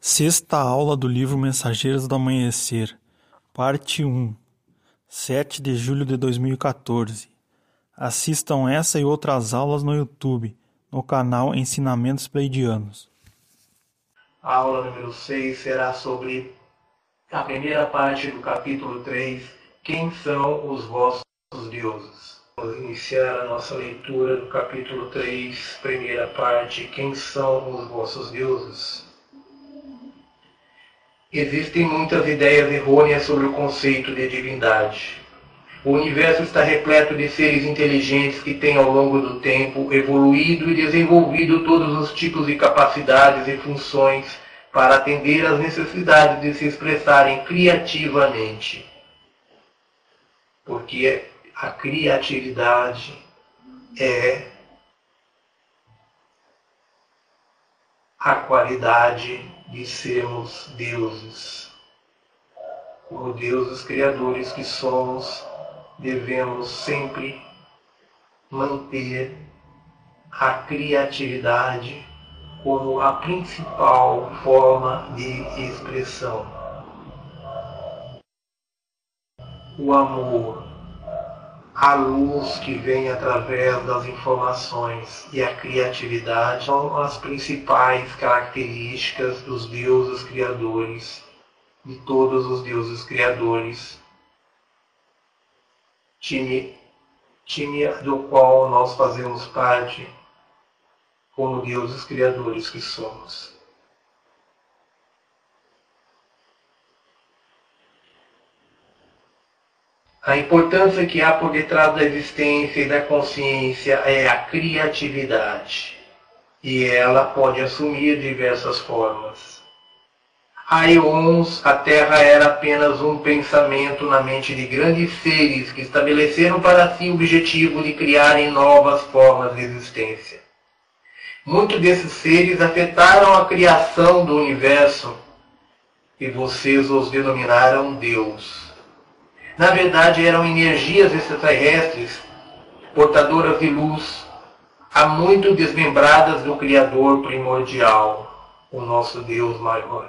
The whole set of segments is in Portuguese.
Sexta aula do livro Mensageiros do Amanhecer, parte 1, 7 de julho de 2014. Assistam essa e outras aulas no YouTube, no canal Ensinamentos Pleidianos. A aula número 6 será sobre a primeira parte do capítulo 3, Quem são os vossos deuses? Vamos iniciar a nossa leitura do capítulo 3, primeira parte, Quem são os vossos deuses? Existem muitas ideias errôneas sobre o conceito de divindade. O universo está repleto de seres inteligentes que têm ao longo do tempo evoluído e desenvolvido todos os tipos de capacidades e funções para atender às necessidades de se expressarem criativamente. Porque a criatividade é a qualidade de sermos deuses. Como deuses criadores que somos, devemos sempre manter a criatividade como a principal forma de expressão. O amor, a luz que vem através das informações e a criatividade são as principais características dos deuses criadores, de todos os deuses criadores, time do qual nós fazemos parte como deuses criadores que somos. A importância que há por detrás da existência e da consciência é a criatividade, e ela pode assumir diversas formas. Há eons, a Terra era apenas um pensamento na mente de grandes seres que estabeleceram para si o objetivo de criarem novas formas de existência. Muitos desses seres afetaram a criação do universo e vocês os denominaram Deus. Na verdade, eram energias extraterrestres, portadoras de luz, há muito desmembradas do Criador primordial, o nosso Deus maior.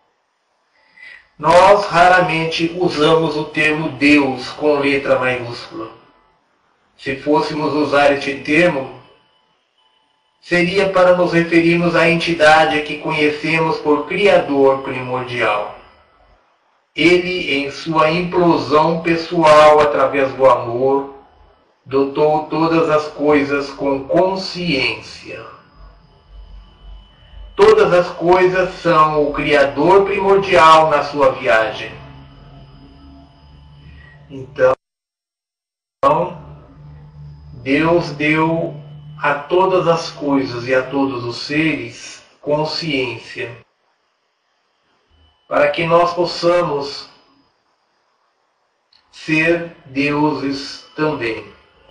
Nós raramente usamos o termo Deus com letra maiúscula. Se fôssemos usar este termo, seria para nos referirmos à entidade que conhecemos por Criador primordial. Ele, em sua implosão pessoal através do amor, dotou todas as coisas com consciência. Todas as coisas são o Criador primordial na sua viagem. Então, Deus deu a todas as coisas e a todos os seres consciência, para que nós possamos ser deuses também.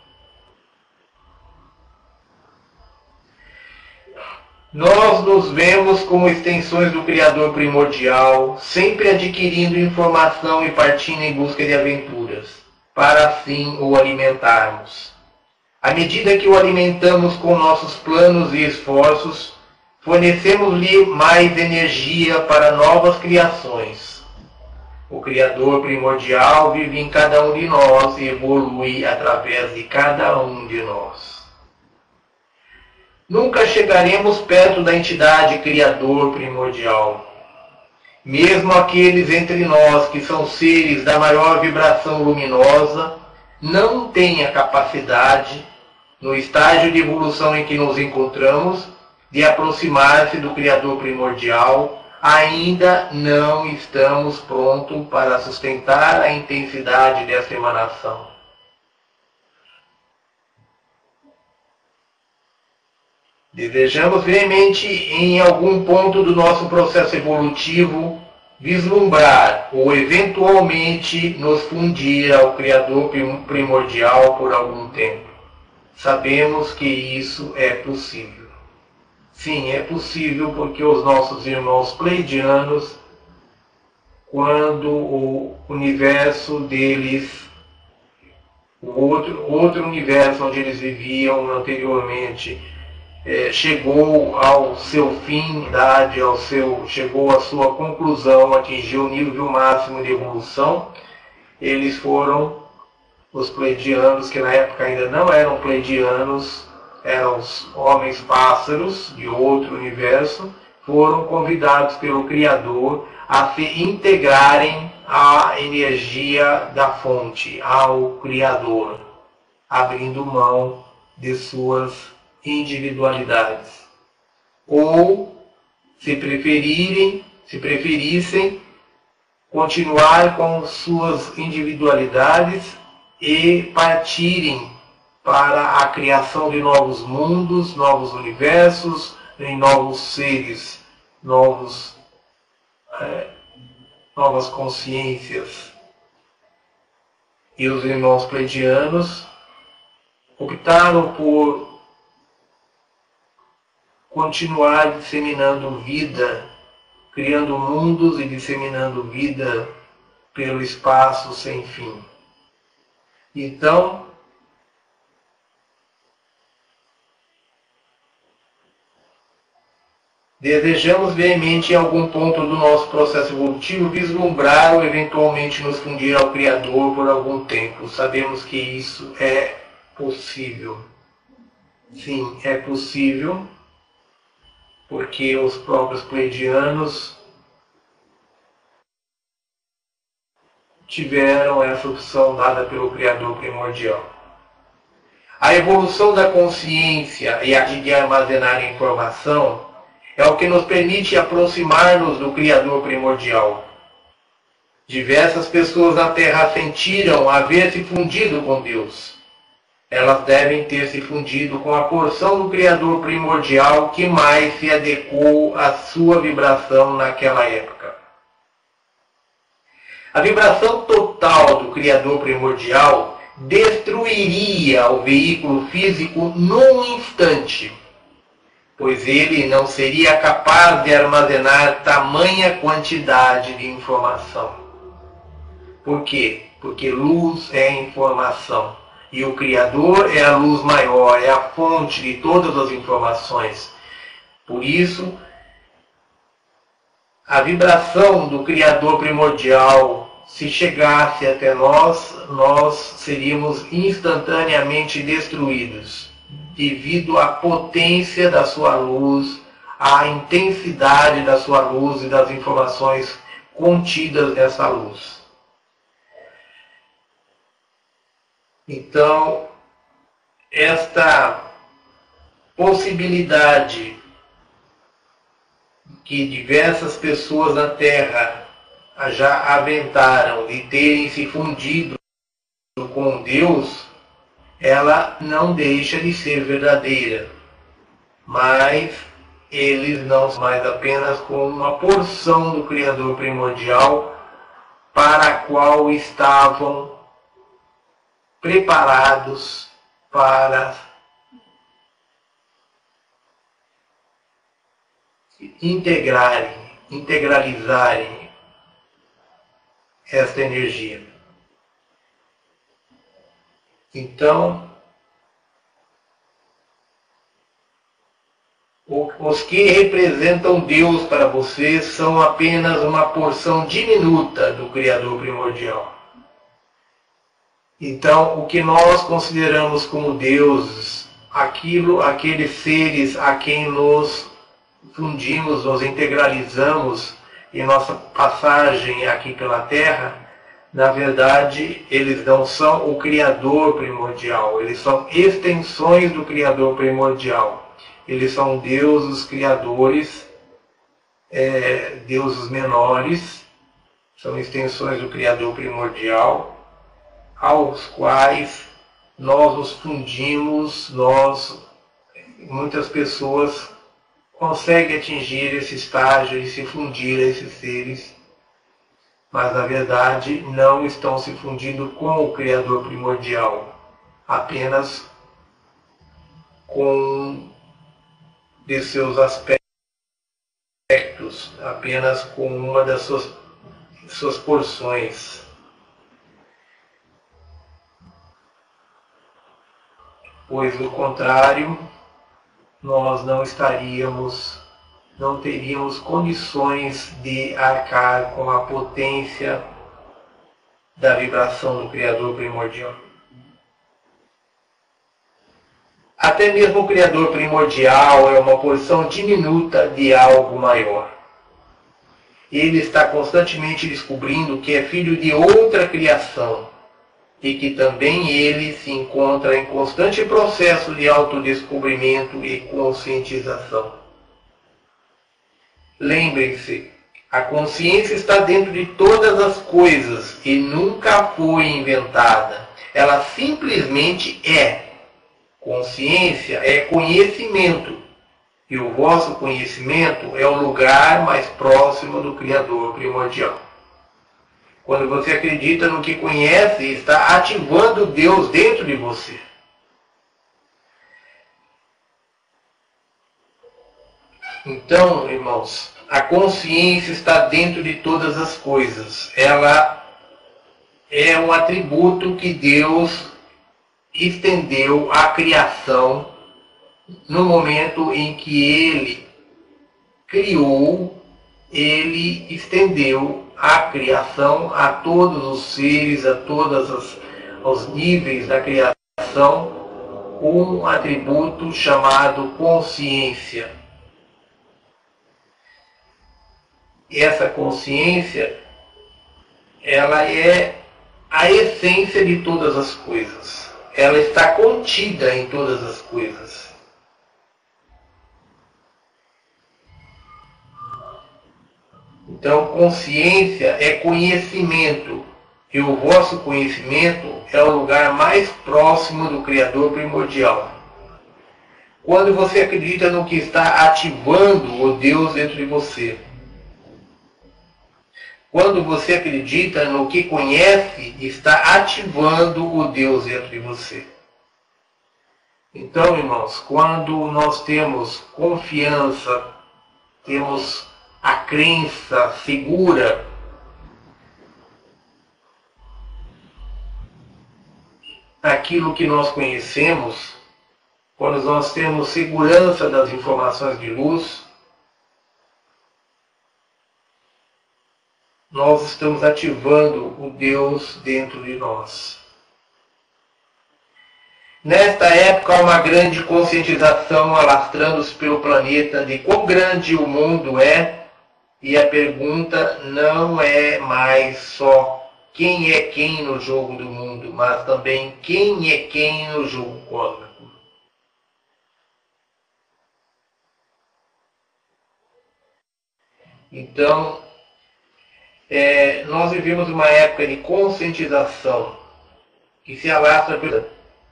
Nós nos vemos como extensões do Criador primordial, sempre adquirindo informação e partindo em busca de aventuras, para assim o alimentarmos. À medida que o alimentamos com nossos planos e esforços, fornecemos-lhe mais energia para novas criações. O Criador primordial vive em cada um de nós e evolui através de cada um de nós. Nunca chegaremos perto da entidade Criador primordial. Mesmo aqueles entre nós que são seres da maior vibração luminosa, não têm a capacidade, no estágio de evolução em que nos encontramos, de aproximar-se do Criador primordial. Ainda não estamos prontos para sustentar a intensidade dessa emanação. Desejamos veemente, em algum ponto do nosso processo evolutivo, vislumbrar ou eventualmente nos fundir ao Criador primordial por algum tempo. Sabemos que isso é possível. Sim, é possível porque os nossos irmãos pleidianos, quando o universo deles, o outro universo onde eles viviam anteriormente, chegou ao seu fim, chegou à sua conclusão, atingiu o nível máximo de evolução. Eles foram os pleidianos, que na época ainda não eram pleidianos, eram os homens pássaros de outro universo, foram convidados pelo Criador a se integrarem à energia da fonte, ao Criador, abrindo mão de suas individualidades. Ou, se preferissem, continuar com suas individualidades e partirem para a criação de novos mundos, novos universos, em novos seres, novas consciências. E os irmãos pleidianos optaram por continuar disseminando vida, criando mundos e disseminando vida pelo espaço sem fim. Então, desejamos veemente em algum ponto do nosso processo evolutivo vislumbrar ou eventualmente nos fundir ao Criador por algum tempo. Sabemos que isso é possível. Sim, é possível, porque os próprios pleidianos tiveram essa opção dada pelo Criador primordial. A evolução da consciência e a de armazenar a informação é o que nos permite aproximar-nos do Criador primordial. Diversas pessoas na Terra sentiram haver se fundido com Deus. Elas devem ter se fundido com a porção do Criador primordial que mais se adequou à sua vibração naquela época. A vibração total do Criador primordial destruiria o veículo físico num instante, pois ele não seria capaz de armazenar tamanha quantidade de informação. Por quê? Porque luz é informação. E o Criador é a luz maior, é a fonte de todas as informações. Por isso, a vibração do Criador primordial, se chegasse até nós, nós seríamos instantaneamente destruídos, devido à potência da sua luz, à intensidade da sua luz e das informações contidas nessa luz. Então, esta possibilidade que diversas pessoas na Terra já aventaram de terem se fundido com Deus, ela não deixa de ser verdadeira. Mas eles não são mais apenas com uma porção do Criador primordial para a qual estavam preparados para integralizarem esta energia. Então, os que representam Deus para vocês são apenas uma porção diminuta do Criador primordial. Então, o que nós consideramos como deuses, aqueles seres a quem nos fundimos, nos integralizamos em nossa passagem aqui pela Terra, na verdade, eles não são o Criador primordial, eles são extensões do Criador primordial. Eles são deuses criadores, deuses menores, são extensões do Criador primordial, aos quais nós nos fundimos, muitas pessoas conseguem atingir esse estágio e se fundir a esses seres, mas na verdade não estão se fundindo com o Criador primordial, apenas com de seus aspectos, apenas com uma das suas porções. Pois, do contrário, nós não teríamos condições de arcar com a potência da vibração do Criador primordial. Até mesmo o Criador primordial é uma porção diminuta de algo maior. Ele está constantemente descobrindo que é filho de outra criação e que também ele se encontra em constante processo de autodescobrimento e conscientização. Lembrem-se, a consciência está dentro de todas as coisas e nunca foi inventada. Ela simplesmente é. Consciência é conhecimento. E o vosso conhecimento é o lugar mais próximo do Criador primordial. Quando você acredita no que conhece, está ativando Deus dentro de você. Então, irmãos, a consciência está dentro de todas as coisas. Ela é um atributo que Deus estendeu à criação no momento em que Ele criou, Ele estendeu a criação a todos os seres, a todos os níveis da criação, um atributo chamado consciência. Essa consciência, ela é a essência de todas as coisas. Ela está contida em todas as coisas. Então, consciência é conhecimento. E o vosso conhecimento é o lugar mais próximo do Criador primordial. Quando você acredita no que está ativando o Deus dentro de você, quando você acredita no que conhece, está ativando o Deus dentro de você. Então, irmãos, quando nós temos confiança, temos a crença segura naquilo que nós conhecemos, quando nós temos segurança das informações de luz, nós estamos ativando o Deus dentro de nós. Nesta época há uma grande conscientização alastrando-se pelo planeta de quão grande o mundo é, e a pergunta não é mais só quem é quem no jogo do mundo, mas também quem é quem no jogo cósmico. Então, nós vivemos uma época de conscientização que se alastra pela...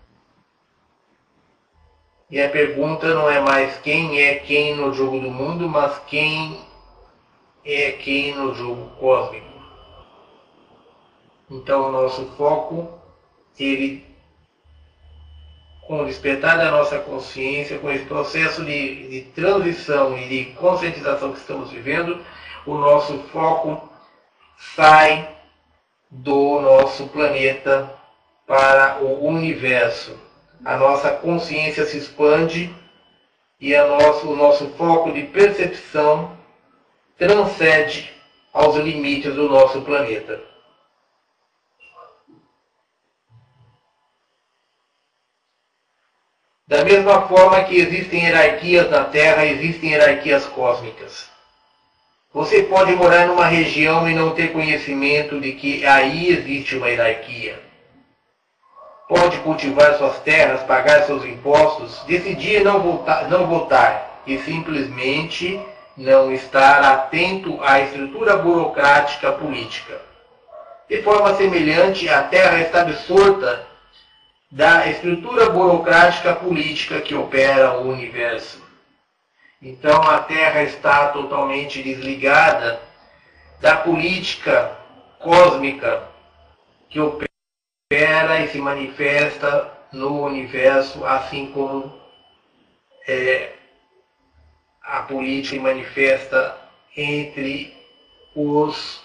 E a pergunta não é mais quem é quem no jogo do mundo, mas quem é quem no jogo cósmico. Então o nosso foco, ele, com o despertar da nossa consciência, com esse processo de transição e de conscientização que estamos vivendo, o nosso foco sai do nosso planeta para o universo. A nossa consciência se expande e o nosso foco de percepção transcende aos limites do nosso planeta. Da mesma forma que existem hierarquias na Terra, existem hierarquias cósmicas. Você pode morar numa região e não ter conhecimento de que aí existe uma hierarquia. Pode cultivar suas terras, pagar seus impostos, decidir não votar e simplesmente não estar atento à estrutura burocrática política. De forma semelhante, a Terra está absorta da estrutura burocrática política que opera o universo. Então a Terra está totalmente desligada da política cósmica que opera e se manifesta no universo, assim como a política se manifesta entre os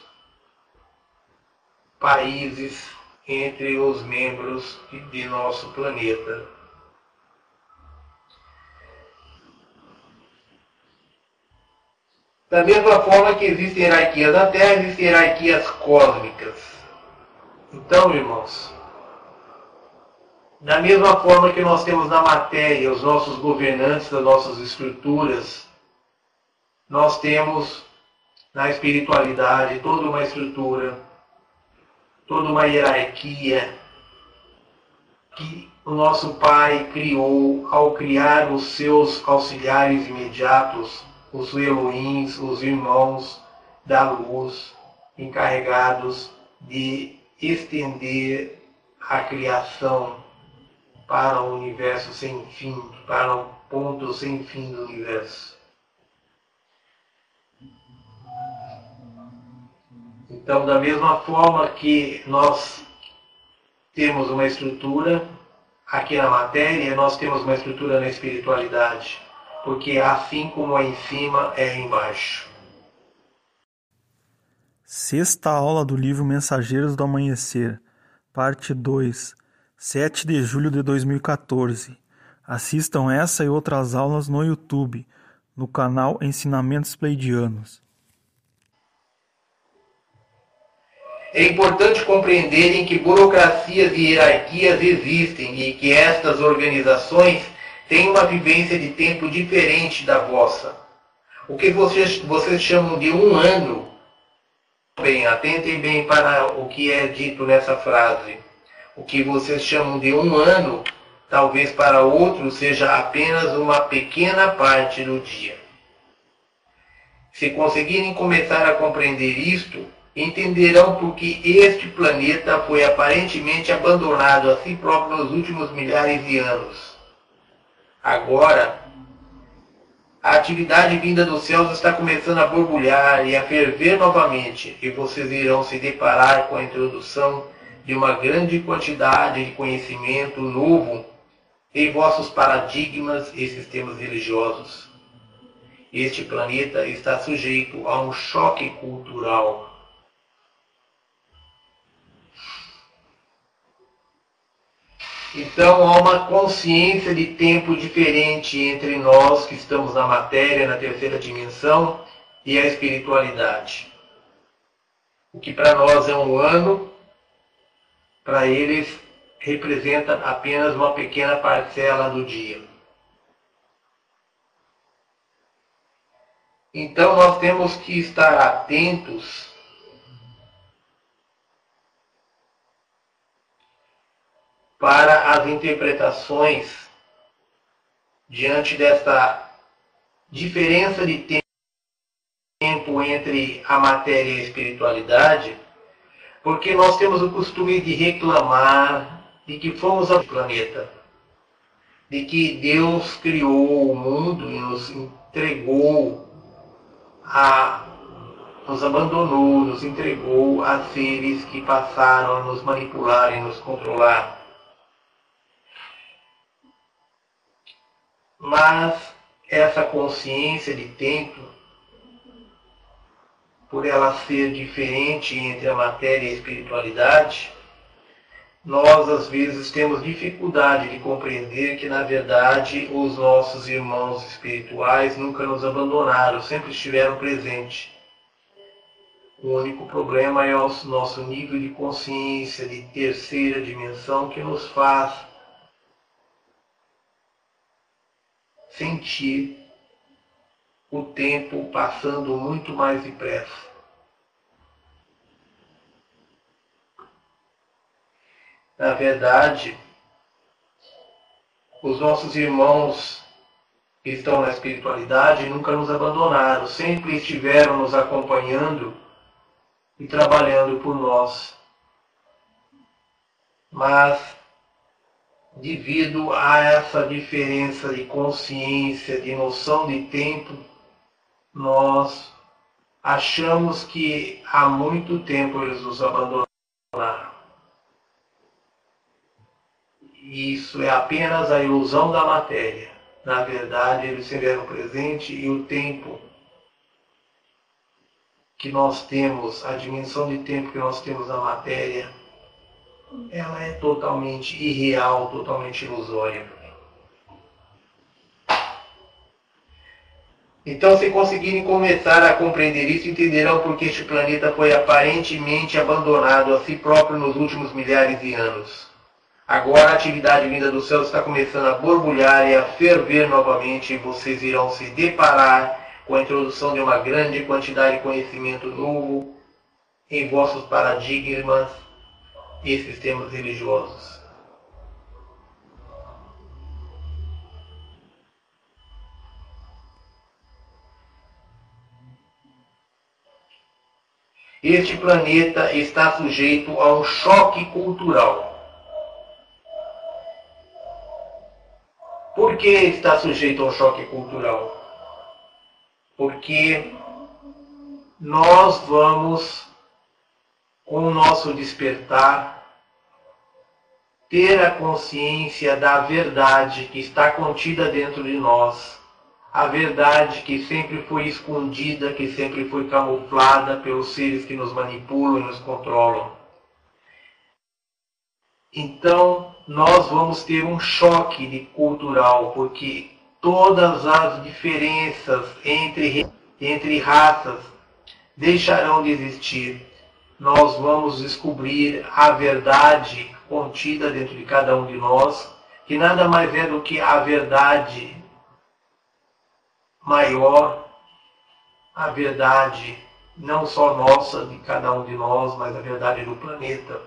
países, entre os membros de nosso planeta. Da mesma forma que existem hierarquias na Terra, existem hierarquias cósmicas. Então, irmãos, da mesma forma que nós temos na matéria os nossos governantes das nossas estruturas, nós temos na espiritualidade toda uma estrutura, toda uma hierarquia que o nosso Pai criou ao criar os seus auxiliares imediatos, os Elohims, os irmãos da luz, encarregados de estender a criação para o universo sem fim, para um ponto sem fim do universo. Então, da mesma forma que nós temos uma estrutura aqui na matéria, nós temos uma estrutura na espiritualidade, porque assim como é em cima, é embaixo. Sexta aula do livro Mensageiros do Amanhecer, parte 2, 7 de julho de 2014. Assistam essa e outras aulas no YouTube, no canal Ensinamentos Pleidianos. É importante compreenderem que burocracias e hierarquias existem e que estas organizações têm uma vivência de tempo diferente da vossa. O que vocês chamam de um ano, bem, atentem bem para o que é dito nessa frase. O que vocês chamam de um ano, talvez para outros seja apenas uma pequena parte do dia. Se conseguirem começar a compreender isto, entenderão por que este planeta foi aparentemente abandonado a si próprio nos últimos milhares de anos. Agora, a atividade vinda dos céus está começando a borbulhar e a ferver novamente, e vocês irão se deparar com a introdução de uma grande quantidade de conhecimento novo em vossos paradigmas e sistemas religiosos. Este planeta está sujeito a um choque cultural. Então há uma consciência de tempo diferente entre nós que estamos na matéria, na terceira dimensão, e a espiritualidade. O que para nós é um ano, para eles representa apenas uma pequena parcela do dia. Então nós temos que estar atentos para as interpretações diante dessa diferença de tempo entre a matéria e a espiritualidade, porque nós temos o costume de reclamar de que fomos ao planeta, de que Deus criou o mundo e nos entregou nos abandonou, nos entregou a seres que passaram a nos manipular e nos controlar. Mas essa consciência de tempo, por ela ser diferente entre a matéria e a espiritualidade, nós às vezes temos dificuldade de compreender que na verdade os nossos irmãos espirituais nunca nos abandonaram, sempre estiveram presentes. O único problema é o nosso nível de consciência de terceira dimensão que nos faz sentir o tempo passando muito mais depressa. Na verdade, os nossos irmãos que estão na espiritualidade nunca nos abandonaram, sempre estiveram nos acompanhando e trabalhando por nós. Mas, devido a essa diferença de consciência, de noção de tempo, nós achamos que há muito tempo eles nos abandonaram. Isso é apenas a ilusão da matéria. Na verdade, eles estiveram presentes e o tempo que nós temos, a dimensão de tempo que nós temos na matéria, ela é totalmente irreal, totalmente ilusória. Então, se conseguirem começar a compreender isso, entenderão por que este planeta foi aparentemente abandonado a si próprio nos últimos milhares de anos. Agora a atividade vinda do céu está começando a borbulhar e a ferver novamente, e vocês irão se deparar com a introdução de uma grande quantidade de conhecimento novo em vossos paradigmas e sistemas religiosos. Este planeta está sujeito a um choque cultural. Por que está sujeito a um choque cultural? Porque nós vamos, com o nosso despertar, ter a consciência da verdade que está contida dentro de nós. A verdade que sempre foi escondida, que sempre foi camuflada pelos seres que nos manipulam e nos controlam. Então, nós vamos ter um choque cultural, porque todas as diferenças entre raças deixarão de existir. Nós vamos descobrir a verdade contida dentro de cada um de nós, que nada mais é do que a verdade maior, a verdade não só nossa, de cada um de nós, mas a verdade do planeta.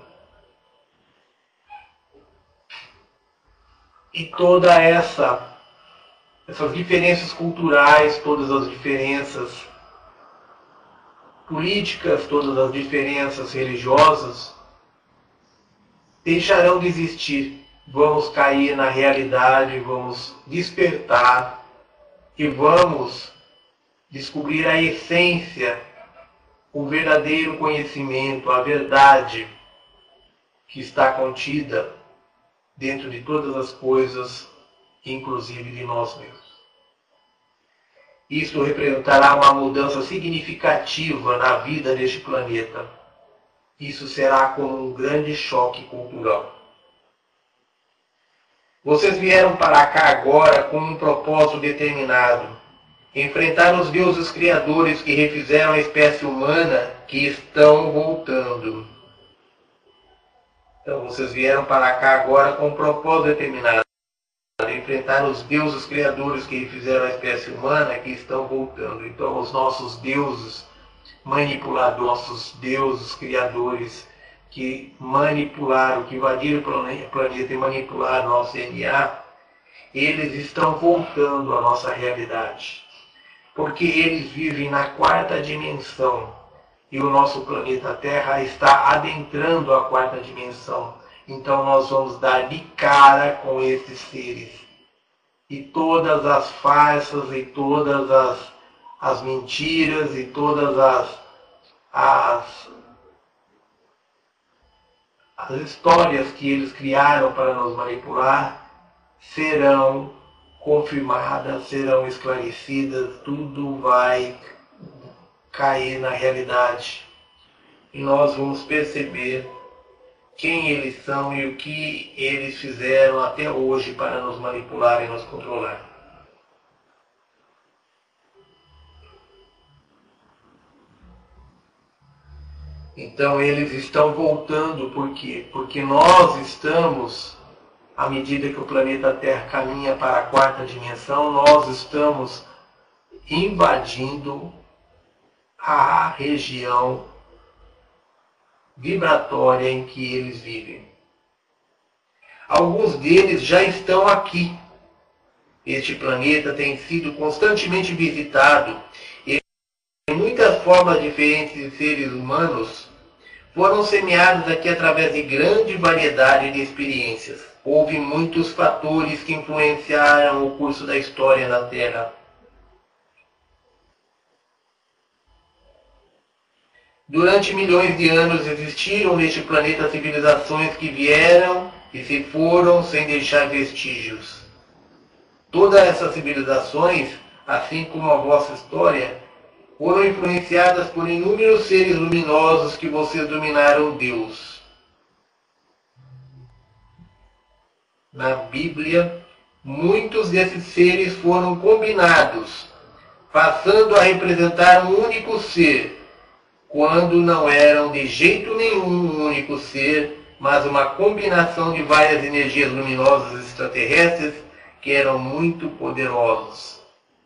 E toda essas diferenças culturais, todas as diferenças políticas, todas as diferenças religiosas deixarão de existir. Vamos cair na realidade, vamos despertar e vamos descobrir a essência, o verdadeiro conhecimento, a verdade que está contida dentro de todas as coisas, inclusive de nós mesmos. Isso representará uma mudança significativa na vida deste planeta. Isso será como um grande choque cultural. Vocês vieram para cá agora com um propósito determinado. Enfrentar os deuses criadores que refizeram a espécie humana, que estão voltando. Então vocês vieram para cá agora com um propósito determinado. Enfrentar os deuses criadores que refizeram a espécie humana, que estão voltando. Então os nossos deuses manipuladores, nossos deuses criadores que manipularam, que invadiram o planeta e manipularam nosso DNA, eles estão voltando à nossa realidade. Porque eles vivem na quarta dimensão e o nosso planeta Terra está adentrando a quarta dimensão. Então nós vamos dar de cara com esses seres. E todas as farsas e todas as mentiras e todas as histórias que eles criaram para nos manipular serão confirmadas, serão esclarecidas, tudo vai cair na realidade. E nós vamos perceber quem eles são e o que eles fizeram até hoje para nos manipular e nos controlar. Então eles estão voltando, por quê? Porque nós estamos, à medida que o planeta Terra caminha para a quarta dimensão, nós estamos invadindo a região vibratória em que eles vivem. Alguns deles já estão aqui. Este planeta tem sido constantemente visitado e muitas formas diferentes de seres humanos foram semeadas aqui através de grande variedade de experiências. Houve muitos fatores que influenciaram o curso da história na Terra. Durante milhões de anos existiram neste planeta civilizações que vieram e se foram sem deixar vestígios. Todas essas civilizações, assim como a vossa história, foram influenciadas por inúmeros seres luminosos que vocês dominaram Deus. Na Bíblia, muitos desses seres foram combinados passando a representar um único ser, quando não eram de jeito nenhum um único ser, mas uma combinação de várias energias luminosas extraterrestres que eram muito poderosos.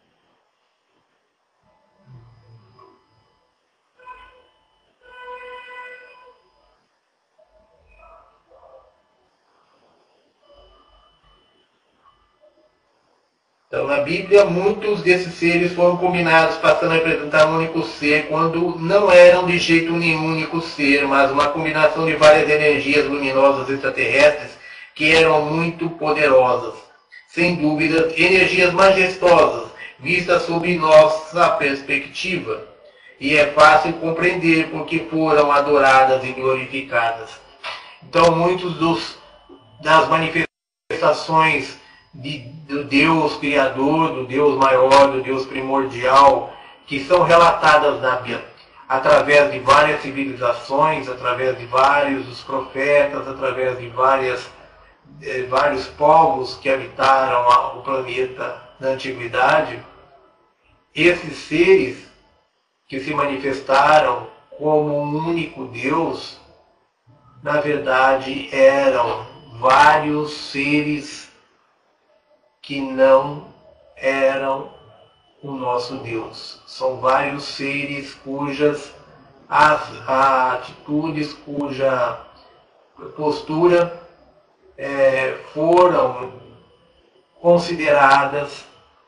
Então, na Bíblia, muitos desses seres foram combinados, passando a representar um único ser, quando não eram de jeito nenhum único ser, mas uma combinação de várias energias luminosas extraterrestres que eram muito poderosas. Sem dúvida, energias majestosas, vistas sob nossa perspectiva. E é fácil compreender porque foram adoradas e glorificadas. Então, muitos das manifestações do Deus Criador, do Deus maior, do Deus primordial, que são relatadas na Bíblia, através de várias civilizações, através de vários dos profetas, através de vários povos que habitaram o planeta na antiguidade. Esses seres que se manifestaram como um único Deus, na verdade eram vários seres que não eram o nosso Deus. São vários seres cujas atitudes, cuja postura foram consideradas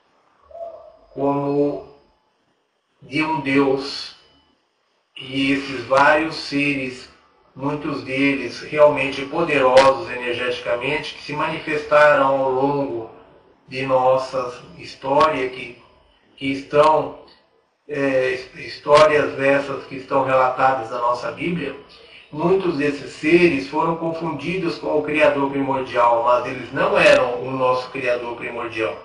como de um Deus. E esses vários seres, muitos deles realmente poderosos energeticamente, que se manifestaram ao longo de nossa história, que estão, histórias essas que estão relatadas na nossa Bíblia, muitos desses seres foram confundidos com o Criador primordial, mas eles não eram o nosso Criador primordial.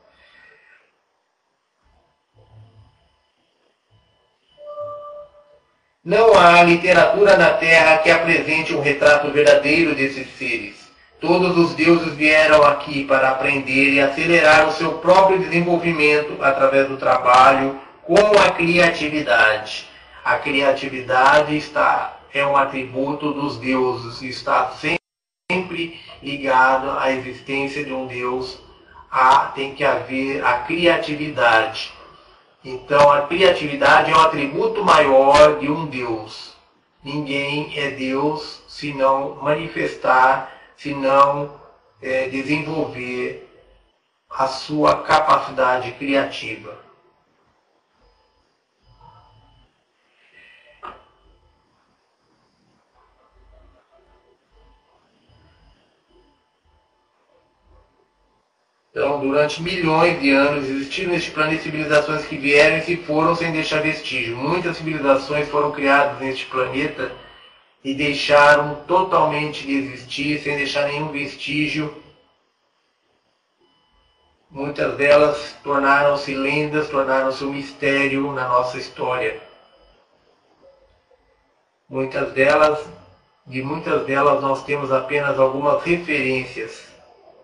Não há literatura na Terra que apresente um retrato verdadeiro desses seres. Todos os deuses vieram aqui para aprender e acelerar o seu próprio desenvolvimento através do trabalho com a criatividade. A criatividade é um atributo dos deuses e está sempre ligado à existência de um Deus. Tem que haver a criatividade. Então, a criatividade é um atributo maior de um Deus. Ninguém é Deus se não manifestar, se não desenvolver a sua capacidade criativa. Então, durante milhões de anos, existiram neste planeta civilizações que vieram e se foram sem deixar vestígio. Muitas civilizações foram criadas neste planeta e deixaram totalmente de existir, sem deixar nenhum vestígio. Muitas delas tornaram-se lendas, tornaram-se um mistério na nossa história. De muitas delas nós temos apenas algumas referências.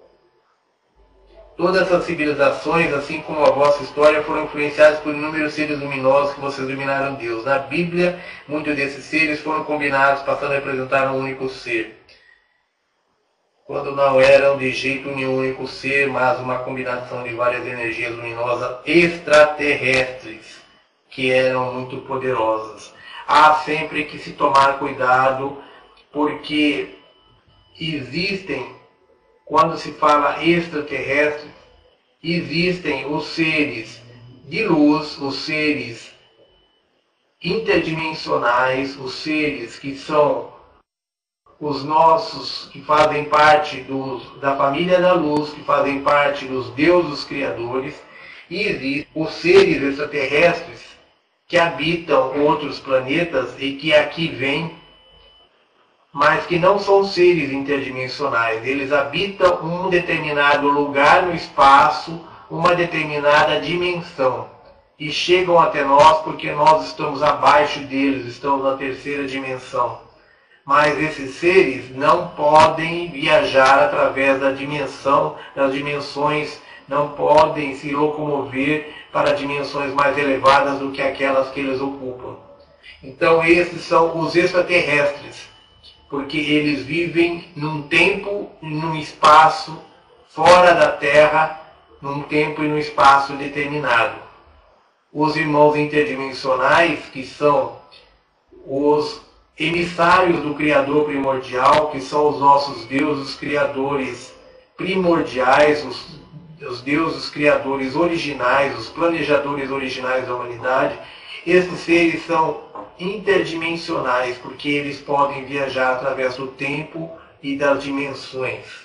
Todas essas civilizações, assim como a vossa história, foram influenciadas por inúmeros seres luminosos que vocês dominaram Deus. Na Bíblia, muitos desses seres foram combinados, passando a representar um único ser. Quando não eram de jeito nenhum único ser, mas uma combinação de várias energias luminosas extraterrestres, que eram muito poderosas. Há sempre que se tomar cuidado, porque existem, quando se fala extraterrestre, existem os seres de luz, os seres interdimensionais, os seres que são os nossos, que fazem parte da família da luz, que fazem parte dos deuses criadores, e existem os seres extraterrestres que habitam outros planetas e que aqui vêm, mas que não são seres interdimensionais. Eles habitam um determinado lugar no espaço, uma determinada dimensão, e chegam até nós porque nós estamos abaixo deles, estamos na terceira dimensão. Mas esses seres não podem viajar através das dimensões não podem se locomover para dimensões mais elevadas do que aquelas que eles ocupam. Então esses são os extraterrestres, porque eles vivem num tempo e num espaço fora da Terra, num tempo e num espaço determinado. Os irmãos interdimensionais, que são os emissários do Criador primordial, que são os nossos deuses criadores primordiais, os deuses criadores originais, os planejadores originais da humanidade. Esses seres são interdimensionais, porque eles podem viajar através do tempo e das dimensões.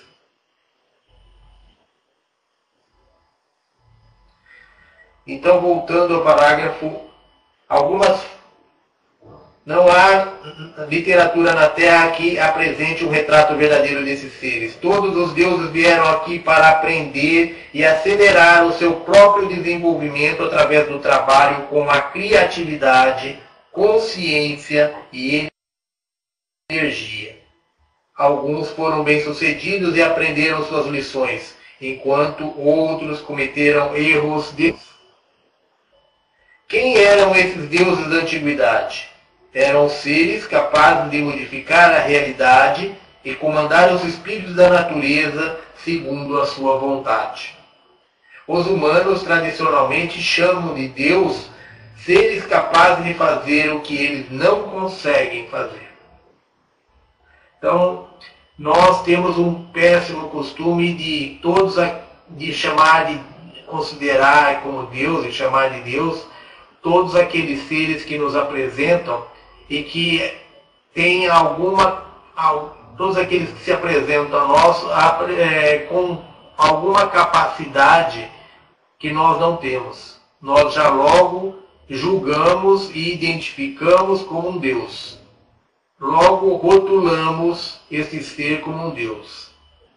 Então, voltando ao parágrafo, não há literatura na Terra que apresente um retrato verdadeiro desses seres. Todos os deuses vieram aqui para aprender e acelerar o seu próprio desenvolvimento através do trabalho com a criatividade, consciência e energia. Alguns foram bem-sucedidos e aprenderam suas lições, enquanto outros cometeram erros de... Quem eram esses deuses da antiguidade? Eram seres capazes de modificar a realidade e comandar os espíritos da natureza segundo a sua vontade. Os humanos tradicionalmente chamam de Deus seres capazes de fazer o que eles não conseguem fazer. Então, nós temos um péssimo costume de considerar como Deus e chamar de Deus todos aqueles seres que nos apresentam e que têm todos aqueles que se apresentam a nós com alguma capacidade que nós não temos. Nós já logo julgamos e identificamos como um Deus. Logo rotulamos esse ser como um Deus.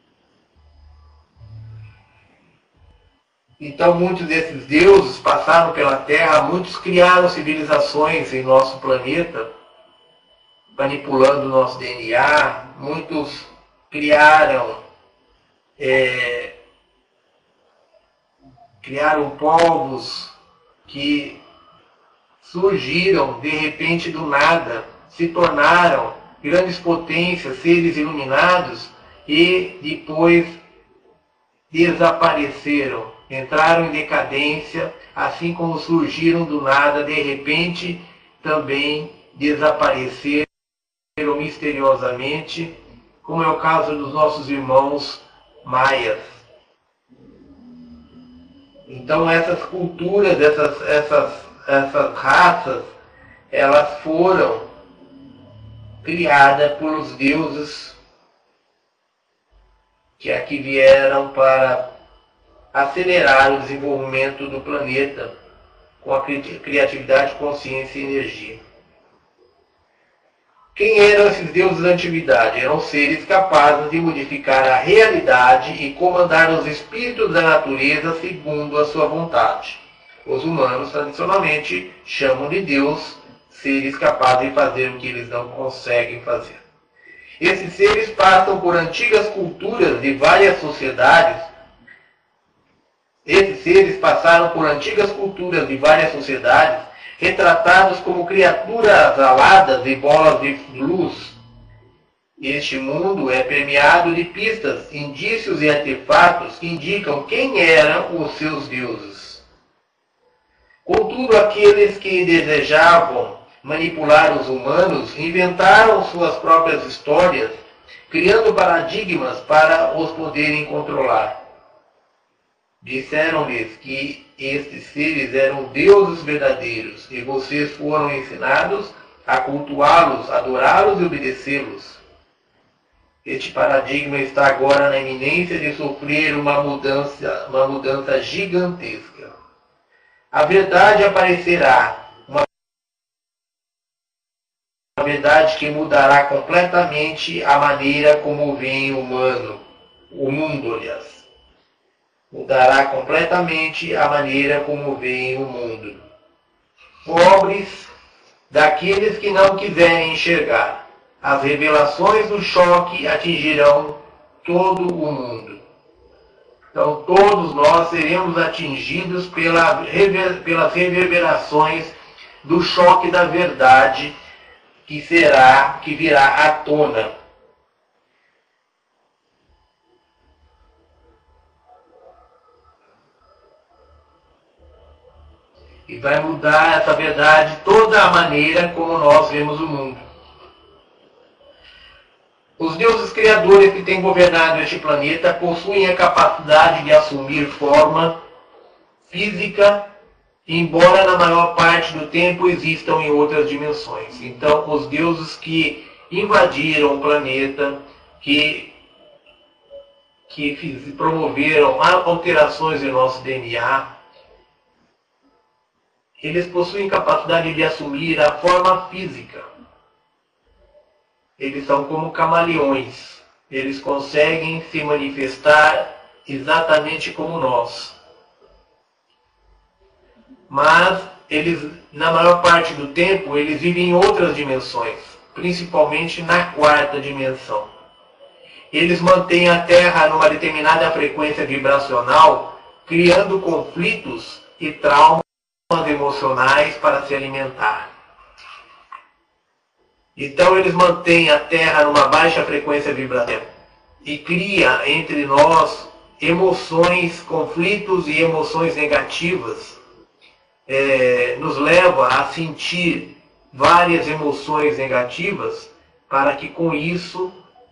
Então muitos desses deuses passaram pela Terra, muitos criaram civilizações em nosso planeta, manipulando o nosso DNA, muitos criaram povos que surgiram de repente do nada, se tornaram grandes potências, seres iluminados e depois desapareceram, entraram em decadência, assim como surgiram do nada, de repente também desapareceram misteriosamente, como é o caso dos nossos irmãos maias. Então essas culturas, essas raças, elas foram criadas pelos deuses que aqui vieram para acelerar o desenvolvimento do planeta com a criatividade, consciência e energia. Quem eram esses deuses da antiguidade? Eram seres capazes de modificar a realidade e comandar os espíritos da natureza segundo a sua vontade. Os humanos tradicionalmente chamam de Deus seres capazes de fazer o que eles não conseguem fazer. Esses seres passam por antigas culturas de várias sociedades. Esses seres passaram por antigas culturas de várias sociedades, retratados como criaturas aladas e bolas de luz. Este mundo é permeado de pistas, indícios e artefatos que indicam quem eram os seus deuses. Contudo, aqueles que desejavam manipular os humanos inventaram suas próprias histórias, criando paradigmas para os poderem controlar. Disseram-lhes que estes seres eram deuses verdadeiros e vocês foram ensinados a cultuá-los, adorá-los e obedecê-los. Este paradigma está agora na iminência de sofrer uma mudança gigantesca. A verdade aparecerá, uma verdade que mudará completamente a maneira como vem o mundo, aliás. Mudará completamente a maneira como veem o mundo. Pobres daqueles que não quiserem enxergar. As revelações do choque atingirão todo o mundo. Então todos nós seremos atingidos pelas reverberações do choque da verdade que virá à tona. E vai mudar essa verdade toda a maneira como nós vemos o mundo. Os deuses criadores que têm governado este planeta possuem a capacidade de assumir forma física, embora na maior parte do tempo existam em outras dimensões. Então, os deuses que invadiram o planeta, que promoveram alterações em nosso DNA, eles possuem capacidade de assumir a forma física. Eles são como camaleões. Eles conseguem se manifestar exatamente como nós. Mas eles, na maior parte do tempo, eles vivem em outras dimensões, principalmente na quarta dimensão. Eles mantêm a Terra numa determinada frequência vibracional, criando conflitos e traumas emocionais para se alimentar. Então eles mantêm a Terra numa baixa frequência vibracional e cria entre nós emoções, conflitos e emoções negativas. Nos leva a sentir várias emoções negativas para que com isso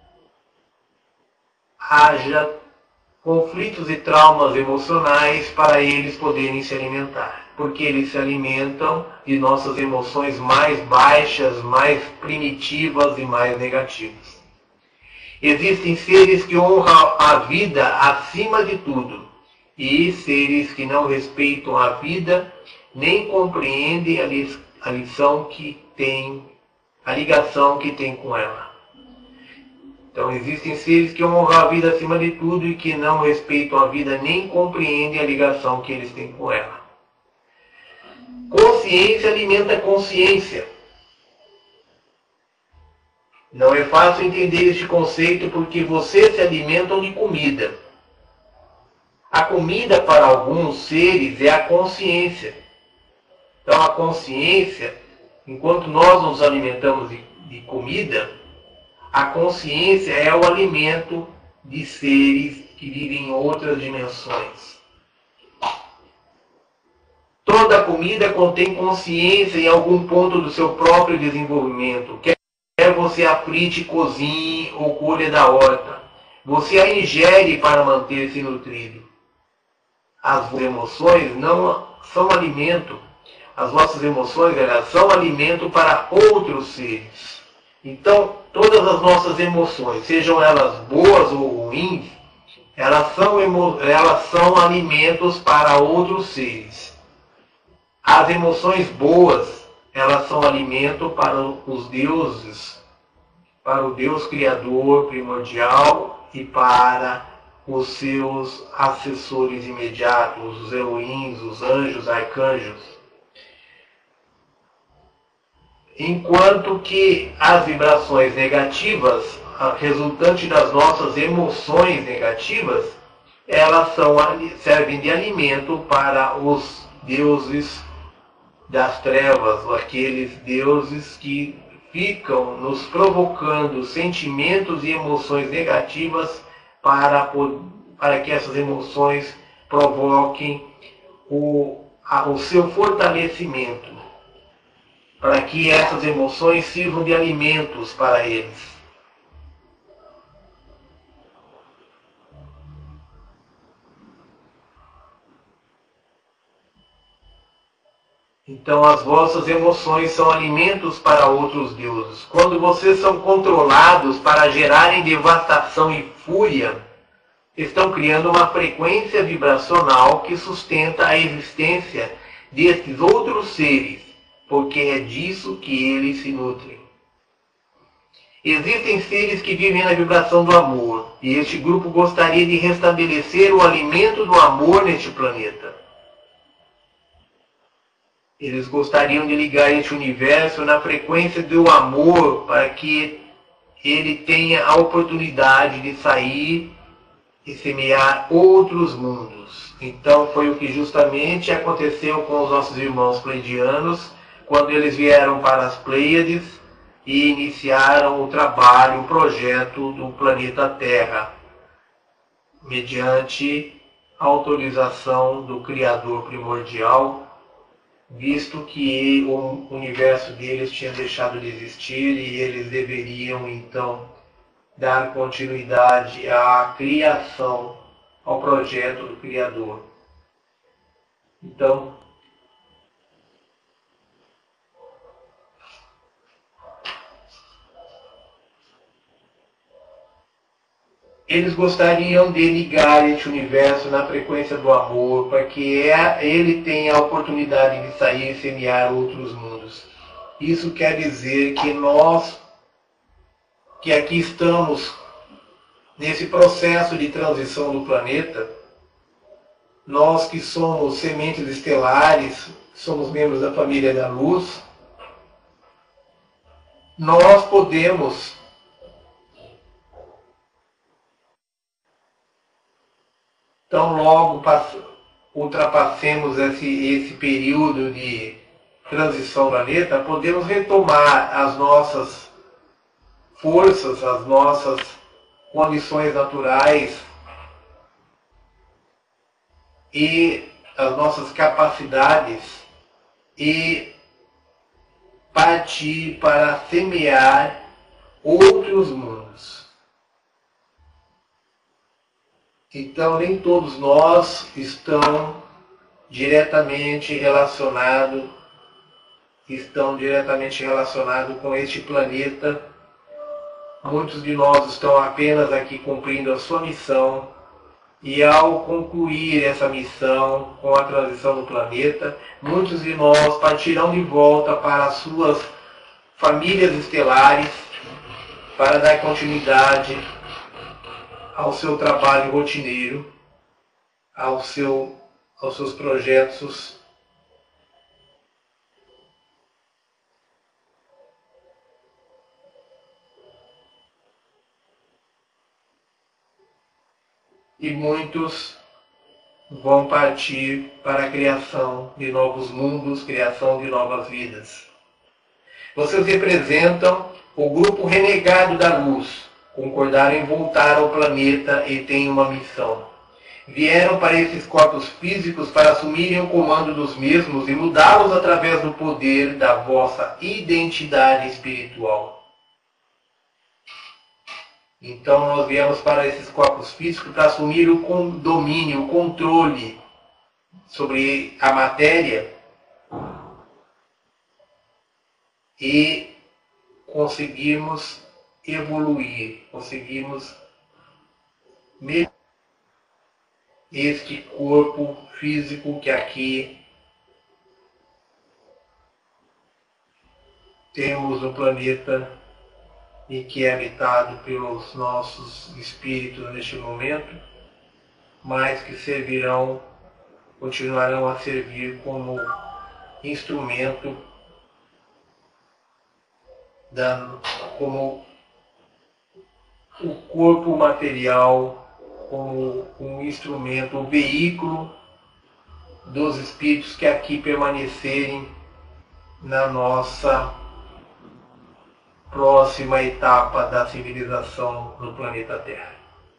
haja conflitos e traumas emocionais para eles poderem se alimentar. Porque eles se alimentam de nossas emoções mais baixas, mais primitivas e mais negativas. Existem seres que honram a vida acima de tudo, e seres que não respeitam a vida, nem compreendem a lição que tem, a ligação que tem com ela. Então existem seres que honram a vida acima de tudo e que não respeitam a vida, nem compreendem a ligação que eles têm com ela. Consciência alimenta consciência. Não é fácil entender este conceito porque vocês se alimentam de comida. A comida para alguns seres é a consciência. Então a consciência, enquanto nós nos alimentamos de comida, a consciência é o alimento de seres que vivem em outras dimensões. Toda comida contém consciência em algum ponto do seu próprio desenvolvimento. Quer você a frite, cozinhe ou colha da horta, você a ingere para manter-se nutrido. As emoções não são alimento. As vossas emoções, elas são alimento para outros seres. Então, todas as nossas emoções, sejam elas boas ou ruins, elas são alimentos para outros seres. As emoções boas, elas são alimento para os deuses, para o Deus Criador primordial e para os seus assessores imediatos, os Elohims, os anjos, arcanjos. Enquanto que as vibrações negativas, resultantes das nossas emoções negativas, elas servem de alimento para os deuses das trevas, aqueles deuses que ficam nos provocando sentimentos e emoções negativas para que essas emoções provoquem o seu fortalecimento, para que essas emoções sirvam de alimentos para eles. Então as vossas emoções são alimentos para outros deuses. Quando vocês são controlados para gerarem devastação e fúria, estão criando uma frequência vibracional que sustenta a existência destes outros seres, porque é disso que eles se nutrem. Existem seres que vivem na vibração do amor, e este grupo gostaria de restabelecer o alimento do amor neste planeta. Eles gostariam de ligar este universo na frequência do amor para que ele tenha a oportunidade de sair e semear outros mundos. Então foi o que justamente aconteceu com os nossos irmãos pleidianos, quando eles vieram para as Pleiades e iniciaram o trabalho, o projeto do planeta Terra, mediante autorização do Criador primordial, visto que o universo deles tinha deixado de existir e eles deveriam então dar continuidade à criação, ao projeto do Criador. Então, eles gostariam de ligar este universo na frequência do amor, para que ele tenha a oportunidade de sair e semear outros mundos. Isso quer dizer que nós, que aqui estamos nesse processo de transição do planeta, nós que somos sementes estelares, somos membros da família da luz, nós podemos tão logo ultrapassemos esse período de transição do planeta, podemos retomar as nossas forças, as nossas condições naturais e as nossas capacidades e partir para semear outros mundos. Então, nem todos nós estão diretamente relacionados com este planeta. Muitos de nós estão apenas aqui cumprindo a sua missão, e ao concluir essa missão com a transição do planeta, muitos de nós partirão de volta para as suas famílias estelares para dar continuidade ao seu trabalho rotineiro, aos seus projetos. E muitos vão partir para a criação de novos mundos, criação de novas vidas. Vocês representam o grupo renegado da luz, concordaram em voltar ao planeta e têm uma missão. Vieram para esses corpos físicos para assumirem o comando dos mesmos e mudá-los através do poder da vossa identidade espiritual. Então nós viemos para esses corpos físicos para assumir o domínio, o controle sobre a matéria e conseguirmos evoluir, conseguirmos este corpo físico que aqui temos no planeta e que é habitado pelos nossos espíritos neste momento, mas que continuarão a servir como instrumento, como o corpo material, como um instrumento, um veículo dos espíritos que aqui permanecerem na nossa próxima etapa da civilização no planeta Terra.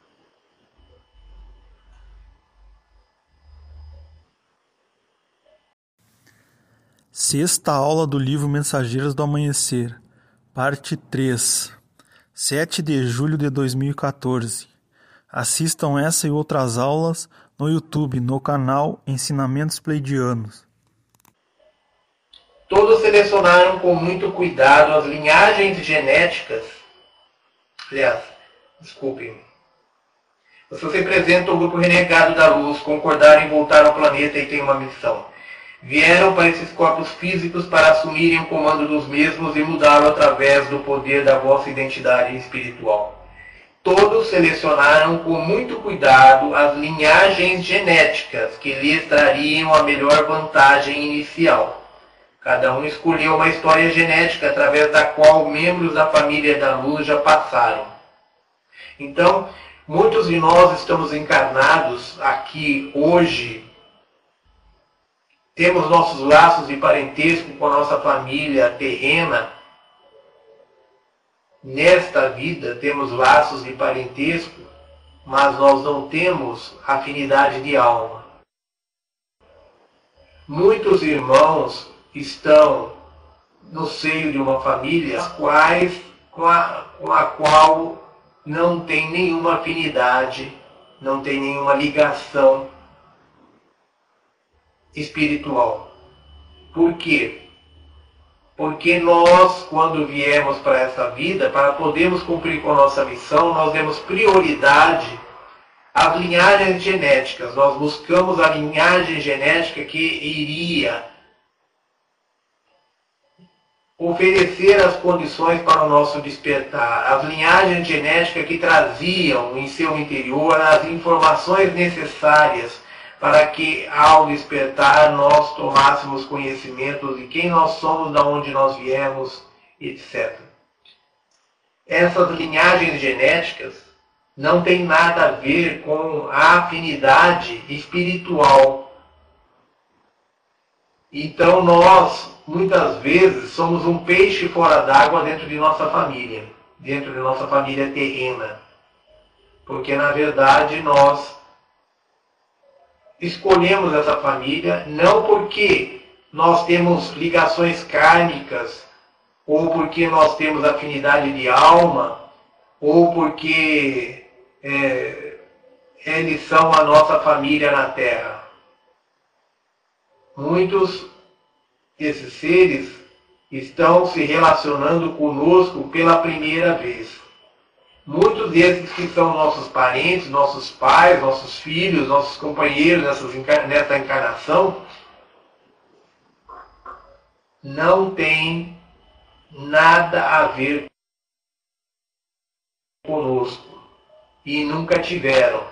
Sexta aula do livro Mensageiros do Amanhecer, parte 3, 7 de julho de 2014. Assistam essa e outras aulas no YouTube, no canal Ensinamentos Pleidianos. Todos selecionaram com muito cuidado as linhagens genéticas. Vocês representam o grupo renegado da luz, concordaram em voltar ao planeta e têm uma missão. Vieram para esses corpos físicos para assumirem o comando dos mesmos e mudá-lo através do poder da vossa identidade espiritual. Todos selecionaram com muito cuidado as linhagens genéticas que lhes trariam a melhor vantagem inicial. Cada um escolheu uma história genética através da qual membros da família da luz já passaram. Então, Muitos de nós estamos encarnados aqui hoje, temos nossos laços de parentesco com a nossa família terrena. Nesta vida temos laços de parentesco, mas nós não temos afinidade de alma. Muitos irmãos estão no seio de uma família com a qual não tem nenhuma afinidade, não tem nenhuma ligação espiritual. Por quê? Porque nós, quando viemos para essa vida, para podermos cumprir com a nossa missão, nós demos prioridade às linhagens genéticas. Nós buscamos a linhagem genética que iria oferecer as condições para o nosso despertar, as linhagens genéticas que traziam em seu interior as informações necessárias para que, ao despertar, nós tomássemos conhecimento de quem nós somos, de onde nós viemos, etc. Essas linhagens genéticas não têm nada a ver com a afinidade espiritual. Então nós, muitas vezes, somos um peixe fora d'água dentro de nossa família terrena. Porque, na verdade, nós escolhemos essa família não porque nós temos ligações kármicas, ou porque nós temos afinidade de alma, ou porque eles são a nossa família na Terra. Muitos desses seres estão se relacionando conosco pela primeira vez. Muitos desses que são nossos parentes, nossos pais, nossos filhos, nossos companheiros nessa encarnação, não têm nada a ver conosco e nunca tiveram.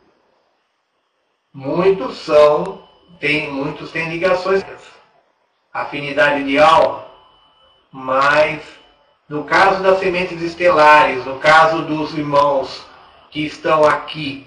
Muitos têm ligações, afinidade de alma, mas no caso das sementes estelares, no caso dos irmãos que estão aqui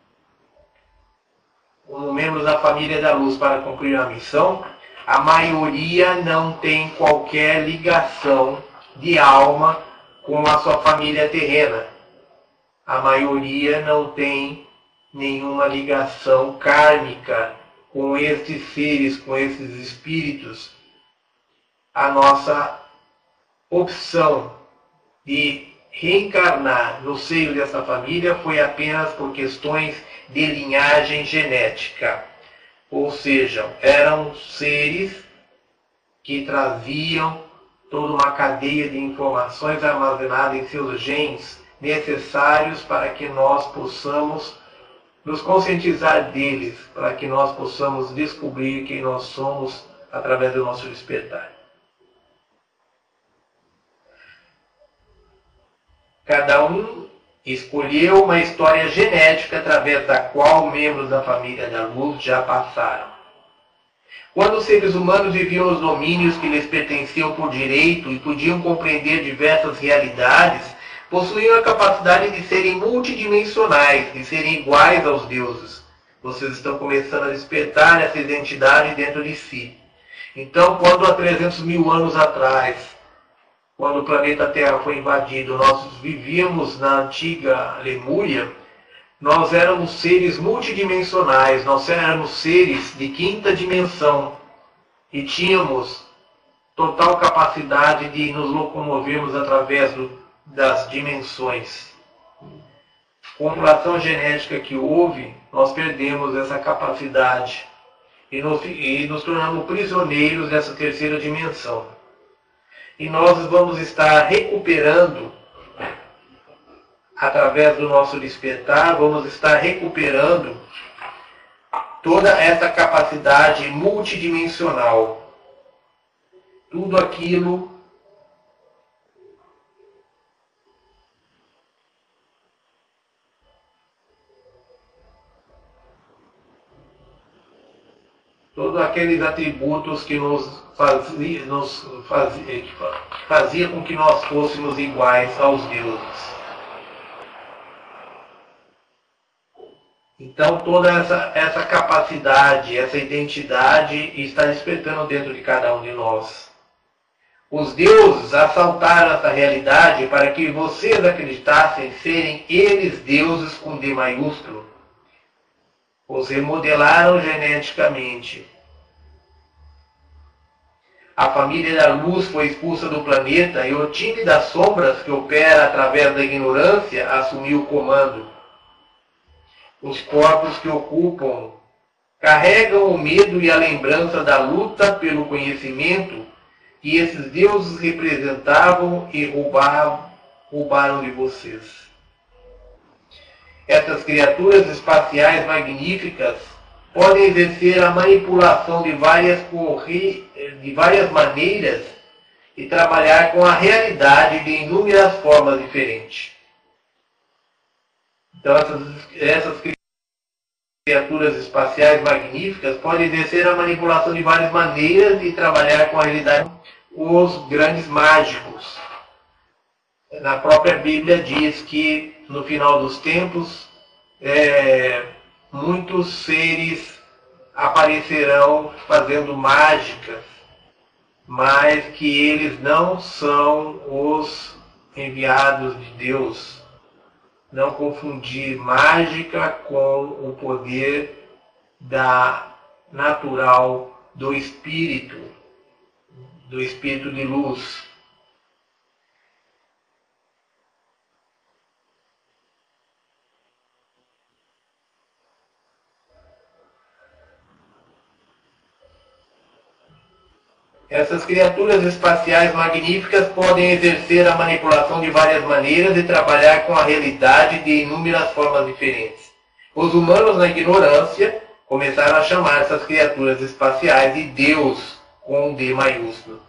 como membros da família da luz para cumprir a missão, a maioria não tem qualquer ligação de alma com a sua família terrena. A maioria não tem nenhuma ligação kármica com estes seres, com esses espíritos. A nossa opção de reencarnar no seio dessa família foi apenas por questões de linhagem genética. Ou seja, eram seres que traziam toda uma cadeia de informações armazenadas em seus genes necessários para que nós possamos nos conscientizar deles, para que nós possamos descobrir quem nós somos através do nosso despertar. Cada um escolheu uma história genética através da qual membros da família da luz já passaram. Quando os seres humanos viviam os domínios que lhes pertenciam por direito e podiam compreender diversas realidades, possuíam a capacidade de serem multidimensionais, de serem iguais aos deuses. Vocês estão começando a despertar essa identidade dentro de si. Então, quando há 300 mil anos atrás, quando o planeta Terra foi invadido, nós vivíamos na antiga Lemúria, nós éramos seres multidimensionais, nós éramos seres de quinta dimensão e tínhamos total capacidade de nos locomovermos através das dimensões. Com a mutação genética que houve, nós perdemos essa capacidade e nos tornamos prisioneiros dessa terceira dimensão. E nós vamos estar recuperando, através do nosso despertar, vamos estar recuperando toda essa capacidade multidimensional. Tudo aquilo todos aqueles atributos que fazia com que nós fôssemos iguais aos deuses. Então toda essa capacidade, essa identidade está despertando dentro de cada um de nós. Os deuses assaltaram essa realidade para que vocês acreditassem serem eles deuses com D maiúsculo. Os remodelaram geneticamente. A família da luz foi expulsa do planeta e o time das sombras, que opera através da ignorância, assumiu o comando. Os corpos que ocupam carregam o medo e a lembrança da luta pelo conhecimento que esses deuses representavam e roubaram de vocês. Essas criaturas espaciais magníficas podem exercer a manipulação de várias maneiras e trabalhar com a realidade de inúmeras formas diferentes. Então, essas criaturas espaciais magníficas podem exercer a manipulação de várias maneiras e trabalhar com a realidade. Os grandes mágicos. Na própria Bíblia diz que no final dos tempos muitos seres aparecerão fazendo mágicas, mas que eles não são os enviados de Deus. Não confundir mágica com o poder natural do espírito de luz. Essas criaturas espaciais magníficas podem exercer a manipulação de várias maneiras e trabalhar com a realidade de inúmeras formas diferentes. Os humanos, na ignorância, começaram a chamar essas criaturas espaciais de Deus com D maiúsculo.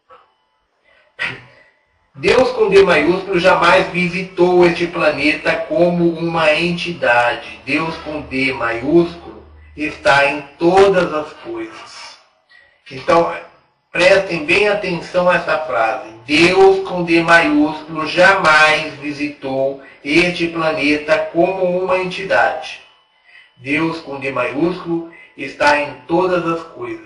Deus com D maiúsculo jamais visitou este planeta como uma entidade. Deus com D maiúsculo está em todas as coisas. Então, prestem bem atenção a essa frase. Deus com D maiúsculo jamais visitou este planeta como uma entidade. Deus com D maiúsculo está em todas as coisas.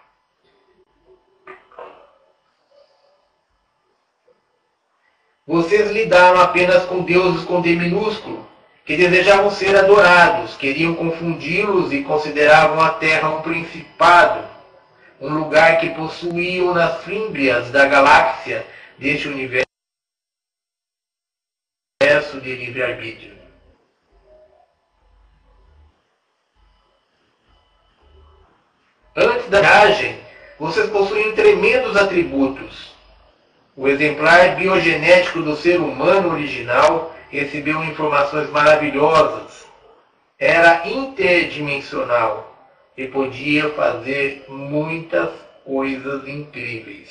Vocês lidaram apenas com deuses com D minúsculo, que desejavam ser adorados, queriam confundi-los e consideravam a Terra um principado, um lugar que possuíam nas fímbrias da galáxia deste universo de livre-arbítrio. Antes da viagem, vocês possuíam tremendos atributos. O exemplar biogenético do ser humano original recebeu informações maravilhosas. Era interdimensional e podia fazer muitas coisas incríveis.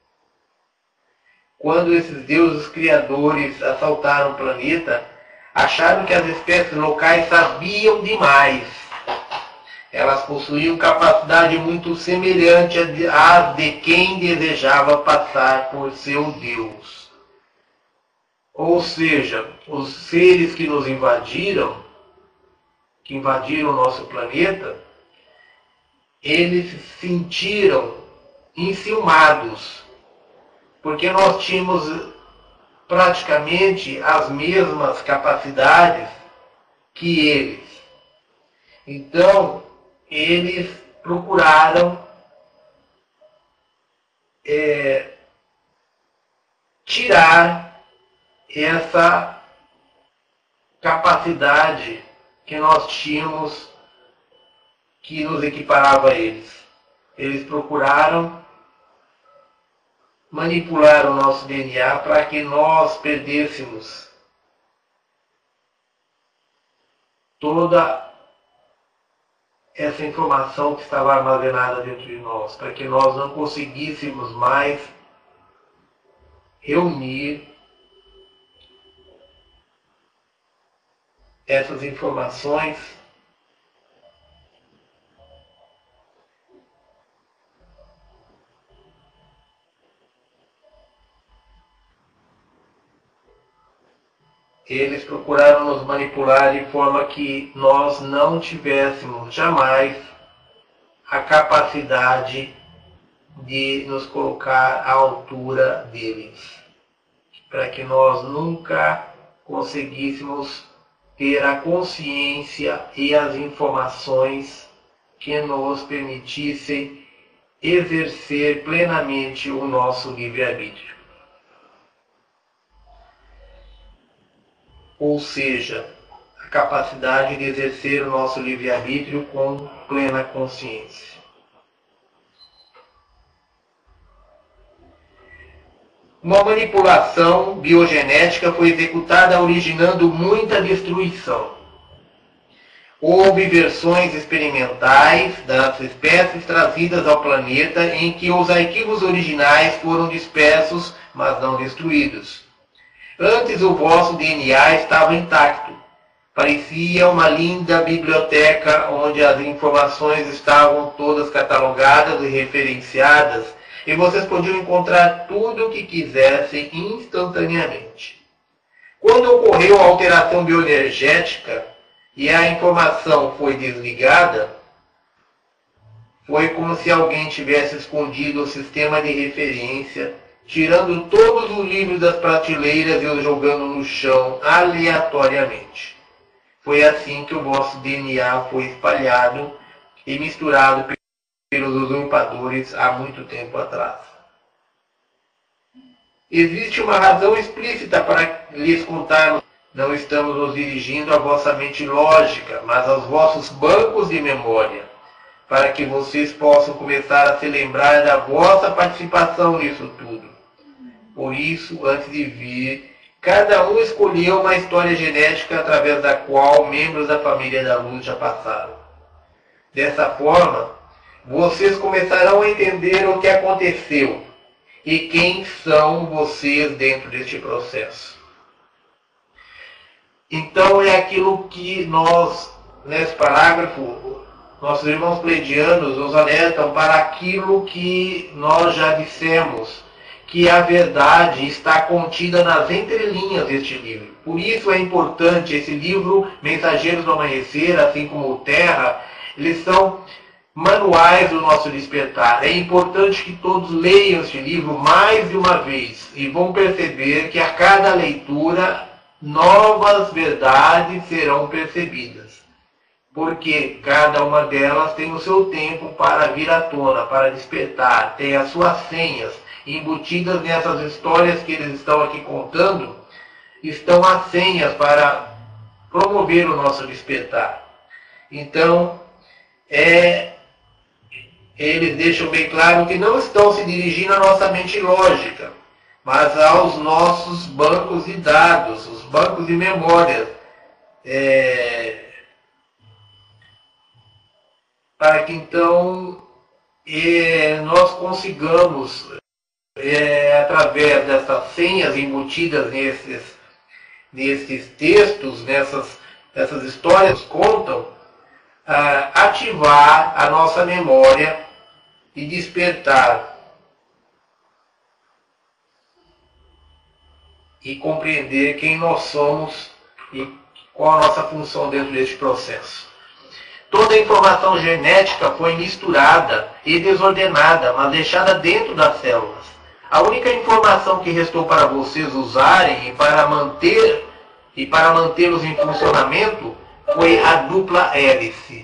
Quando esses deuses criadores assaltaram o planeta, acharam que as espécies locais sabiam demais. Elas possuíam capacidade muito semelhante às de quem desejava passar por seu Deus. Ou seja, os seres que nos invadiram, que invadiram o nosso planeta, eles se sentiram enciumados, porque nós tínhamos praticamente as mesmas capacidades que eles. Então, eles procuraram tirar essa capacidade que nós tínhamos que nos equiparava a eles. Eles procuraram manipular o nosso DNA para que nós perdêssemos toda essa informação que estava armazenada dentro de nós, para que nós não conseguíssemos mais reunir essas informações eles procuraram nos manipular de forma que nós não tivéssemos jamais a capacidade de nos colocar à altura deles, para que nós nunca conseguíssemos ter a consciência e as informações que nos permitissem exercer plenamente o nosso livre-arbítrio. Ou seja, a capacidade de exercer o nosso livre-arbítrio com plena consciência. Uma manipulação biogenética foi executada originando muita destruição. Houve versões experimentais das espécies trazidas ao planeta em que os arquivos originais foram dispersos, mas não destruídos. Antes o vosso DNA estava intacto. Parecia uma linda biblioteca onde as informações estavam todas catalogadas e referenciadas e vocês podiam encontrar tudo o que quisessem instantaneamente. Quando ocorreu a alteração bioenergética e a informação foi desligada, foi como se alguém tivesse escondido o sistema de referência, tirando todos os livros das prateleiras e os jogando no chão aleatoriamente. Foi assim que o vosso DNA foi espalhado e misturado pelos usurpadores há muito tempo atrás. Existe uma razão explícita para lhes contarmos. Não estamos nos dirigindo à vossa mente lógica, mas aos vossos bancos de memória, para que vocês possam começar a se lembrar da vossa participação nisso tudo. Por isso, antes de vir, cada um escolheu uma história genética através da qual membros da família da luz já passaram. Dessa forma, vocês começarão a entender o que aconteceu e quem são vocês dentro deste processo. Então é aquilo que nós, nesse parágrafo, nossos irmãos pleidianos nos alertam para aquilo que nós já dissemos, que a verdade está contida nas entrelinhas deste livro. Por isso é importante esse livro, Mensageiros do Amanhecer, assim como o Terra, eles são manuais do nosso despertar. É importante que todos leiam este livro mais de uma vez e vão perceber que a cada leitura novas verdades serão percebidas. Porque cada uma delas tem o seu tempo para vir à tona, para despertar, tem as suas senhas. Embutidas nessas histórias que eles estão aqui contando, estão as senhas para promover o nosso despertar. Então, eles deixam bem claro que não estão se dirigindo à nossa mente lógica, mas aos nossos bancos de dados, os bancos de memória, para que então nós consigamos, através dessas senhas embutidas nesses textos, nessas histórias que contam, ativar a nossa memória e despertar e compreender quem nós somos e qual a nossa função dentro deste processo. Toda a informação genética foi misturada e desordenada, mas deixada dentro das células. A única informação que restou para vocês usarem e para mantê-los em funcionamento foi a dupla hélice.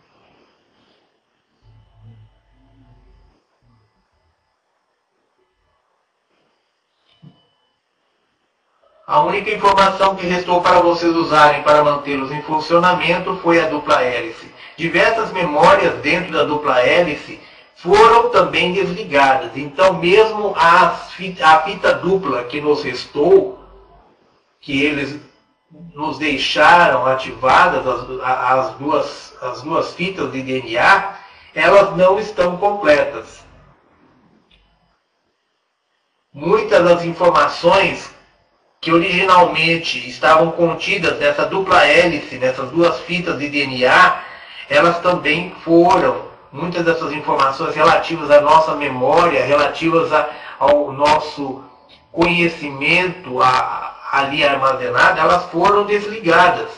A única informação que restou para vocês usarem para mantê-los em funcionamento foi a dupla hélice. Diversas memórias dentro da dupla hélice foram também desligadas. Então, mesmo a fita dupla que nos restou, que eles nos deixaram ativadas, as duas fitas de DNA, elas não estão completas. Muitas das informações que originalmente estavam contidas nessa dupla hélice, nessas duas fitas de DNA, elas também foram, muitas dessas informações relativas à nossa memória, relativas ao nosso conhecimento, a ali armazenadas, elas foram desligadas.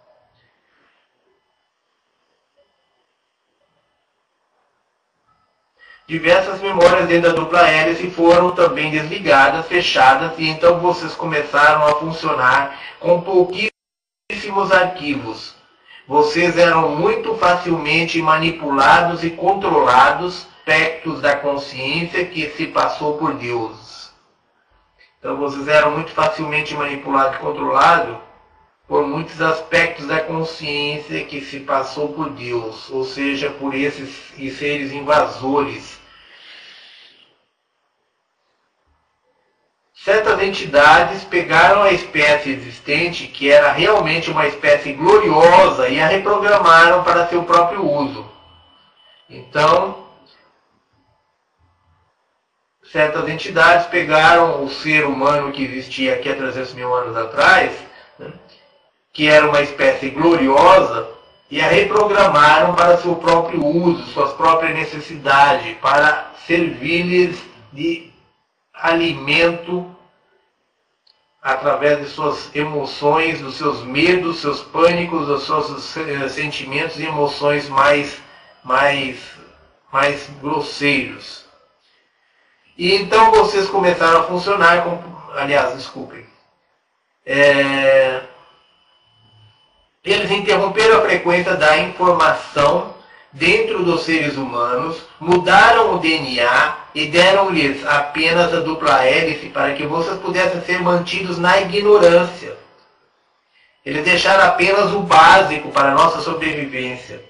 Diversas memórias dentro da dupla hélice foram também desligadas, fechadas, e então vocês começaram a funcionar com pouquíssimos arquivos. Vocês eram muito facilmente manipulados e controlados, aspectos da consciência que se passou por Deus. Então vocês eram muito facilmente manipulados e controlados por muitos aspectos da consciência que se passou por Deus, ou seja, por esses seres invasores. Certas entidades pegaram a espécie existente, que era realmente uma espécie gloriosa, e a reprogramaram para seu próprio uso. Então, certas entidades pegaram o ser humano que existia aqui há 300 mil anos atrás, né, que era uma espécie gloriosa, e a reprogramaram para seu próprio uso, suas próprias necessidades, para servir-lhes de alimento através de suas emoções, dos seus medos, seus pânicos, dos seus sentimentos e emoções mais grosseiros. E então vocês começaram a funcionar com... Aliás, desculpem. Eles interromperam a frequência da informação dentro dos seres humanos, mudaram o DNA e deram-lhes apenas a dupla hélice para que vocês pudessem ser mantidos na ignorância. Eles deixaram apenas o básico para a nossa sobrevivência.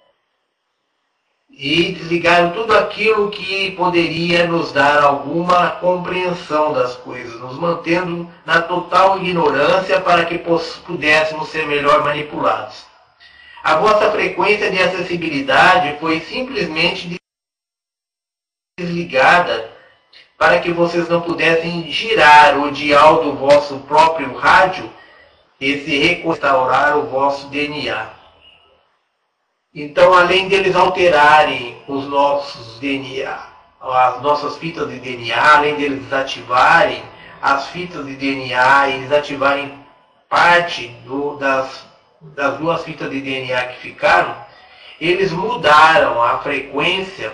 E desligaram tudo aquilo que poderia nos dar alguma compreensão das coisas, nos mantendo na total ignorância para que pudéssemos ser melhor manipulados. A vossa frequência de acessibilidade foi simplesmente desligada para que vocês não pudessem girar o dial do vosso próprio rádio e se restaurar o vosso DNA. Então, além deles alterarem os nossos DNA, as nossas fitas de DNA, além deles desativarem as fitas de DNA e desativarem parte das duas fitas de DNA que ficaram, eles mudaram a frequência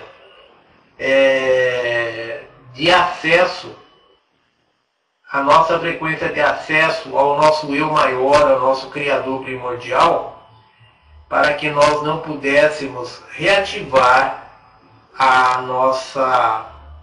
de acesso, a nossa frequência de acesso ao nosso eu maior, ao nosso Criador primordial, para que nós não pudéssemos reativar a nossa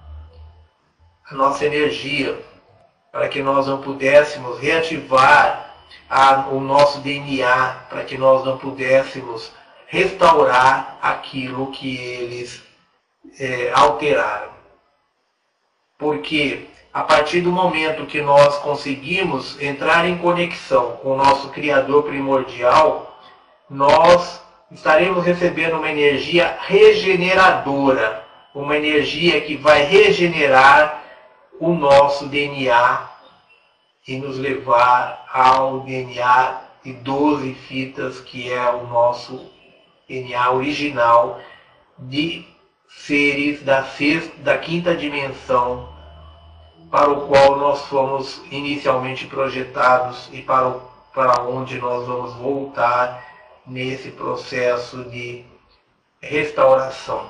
energia, para que nós não pudéssemos reativar o nosso DNA, para que nós não pudéssemos restaurar aquilo que eles alteraram. Porque a partir do momento que nós conseguimos entrar em conexão com o nosso Criador primordial, nós estaremos recebendo uma energia regeneradora, uma energia que vai regenerar o nosso DNA e nos levar ao DNA de 12 fitas, que é o nosso DNA original de seres da quinta dimensão, para o qual nós fomos inicialmente projetados e para onde nós vamos voltar nesse processo de restauração.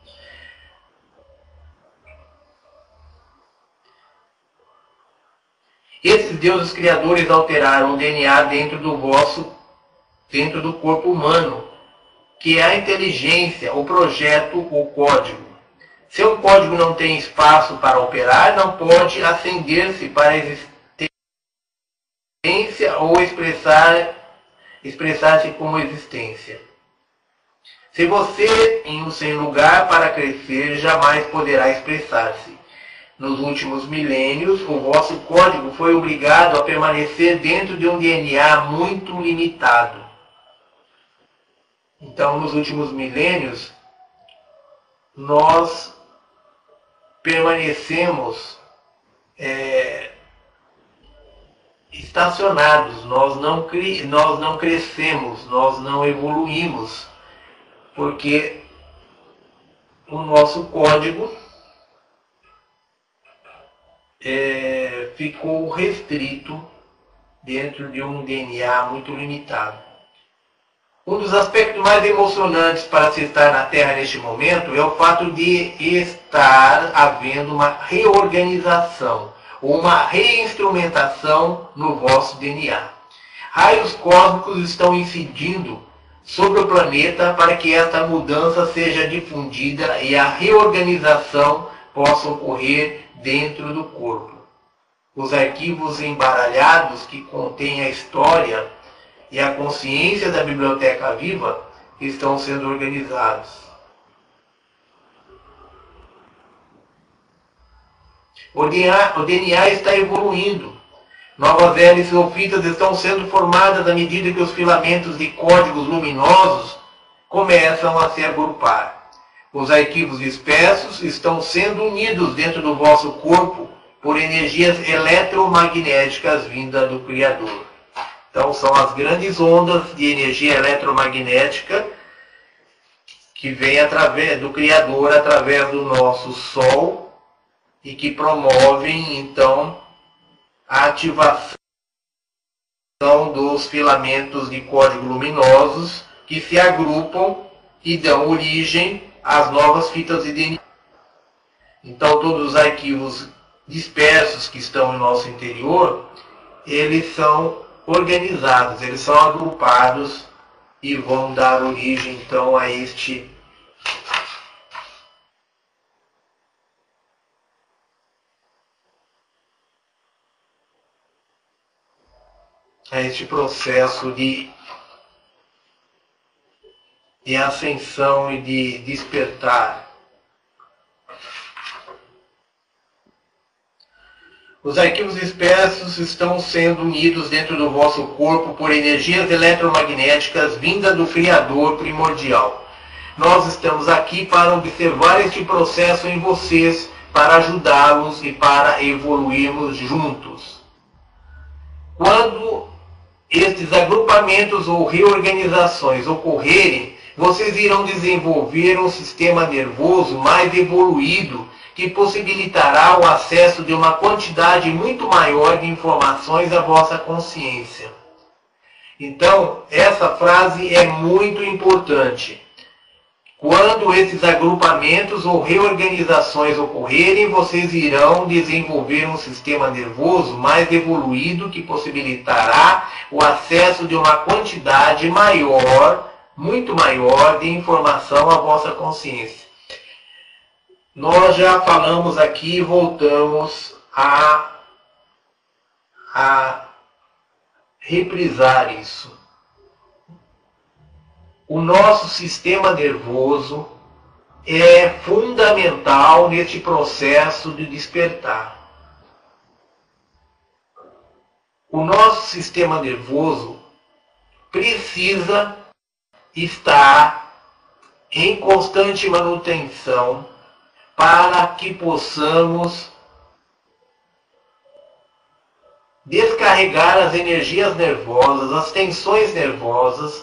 Esses deuses criadores alteraram o DNA dentro do corpo humano, que é a inteligência, o projeto, o código. Se um código não tem espaço para operar, não pode ascender-se para a existência ou expressar-se como existência. Se você tem sem lugar para crescer, jamais poderá expressar-se. Nos últimos milênios, o vosso código foi obrigado a permanecer dentro de um DNA muito limitado. Então, nos últimos milênios, nós permanecemos estacionados, nós não crescemos, nós não evoluímos, porque o nosso código ficou restrito dentro de um DNA muito limitado. Um dos aspectos mais emocionantes para se estar na Terra neste momento é o fato de estar havendo uma reorganização, uma reinstrumentação no vosso DNA. Raios cósmicos estão incidindo sobre o planeta para que esta mudança seja difundida e a reorganização possa ocorrer dentro do corpo. Os arquivos embaralhados que contêm a história e a consciência da biblioteca viva estão sendo organizados. O DNA está evoluindo. Novas hélices ou fitas estão sendo formadas à medida que os filamentos de códigos luminosos começam a se agrupar. Os arquivos dispersos estão sendo unidos dentro do vosso corpo por energias eletromagnéticas vindas do Criador. Então são as grandes ondas de energia eletromagnética que vêm através do Criador, através do nosso Sol, e que promovem então a ativação dos filamentos de código luminosos que se agrupam e dão origem às novas fitas de DNA. Então todos os arquivos dispersos que estão no nosso interior, eles são organizados, eles são agrupados e vão dar origem então a este processo de ascensão e de despertar. Os arquivos dispersos estão sendo unidos dentro do vosso corpo por energias eletromagnéticas vindas do Criador primordial. Nós estamos aqui para observar este processo em vocês, para ajudá-los e para evoluirmos juntos. Quando estes agrupamentos ou reorganizações ocorrerem, vocês irão desenvolver um sistema nervoso mais evoluído que possibilitará o acesso de uma quantidade muito maior de informações à vossa consciência. Então, essa frase é muito importante. Quando esses agrupamentos ou reorganizações ocorrerem, vocês irão desenvolver um sistema nervoso mais evoluído que possibilitará o acesso de uma quantidade maior, muito maior, de informação à vossa consciência. Nós já falamos aqui e voltamos a reprisar isso. O nosso sistema nervoso é fundamental neste processo de despertar. O nosso sistema nervoso precisa estar em constante manutenção para que possamos descarregar as energias nervosas, as tensões nervosas,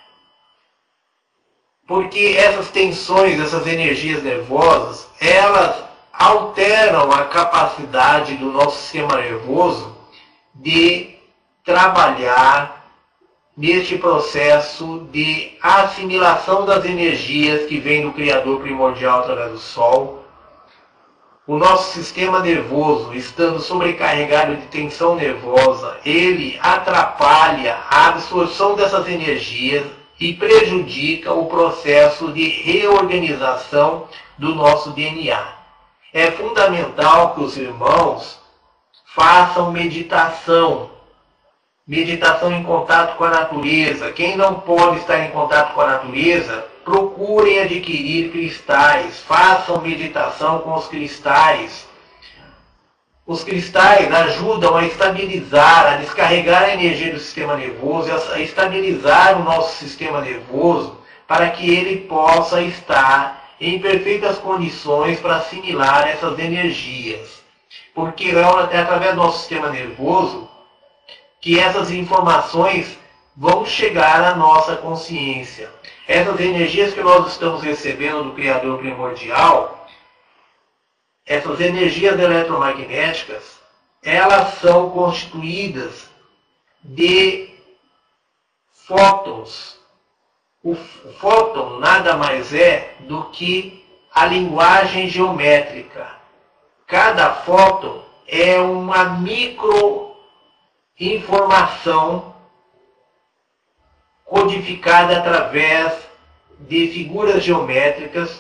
porque essas tensões, essas energias nervosas, elas alteram a capacidade do nosso sistema nervoso de trabalhar neste processo de assimilação das energias que vêm do Criador primordial através do Sol. O nosso sistema nervoso, estando sobrecarregado de tensão nervosa, ele atrapalha a absorção dessas energias e prejudica o processo de reorganização do nosso DNA. É fundamental que os irmãos façam meditação em contato com a natureza. Quem não pode estar em contato com a natureza, procurem adquirir cristais, façam meditação com os cristais. Os cristais ajudam a estabilizar, a descarregar a energia do sistema nervoso, a estabilizar o nosso sistema nervoso, para que ele possa estar em perfeitas condições para assimilar essas energias. Porque é através do nosso sistema nervoso que essas informações vão chegar à nossa consciência. Essas energias que nós estamos recebendo do Criador primordial, essas energias eletromagnéticas, elas são constituídas de fótons. O fóton nada mais é do que a linguagem geométrica. Cada fóton é uma microinformação codificada através de figuras geométricas,